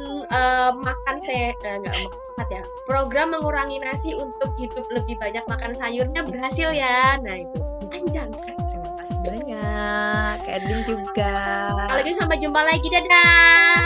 program mengurangi nasi untuk hidup lebih banyak makan sayurnya berhasil ya. Nah itu panjang. Terima kasih banyak. Edwin juga. Kalau gitu sampai jumpa lagi, dadah.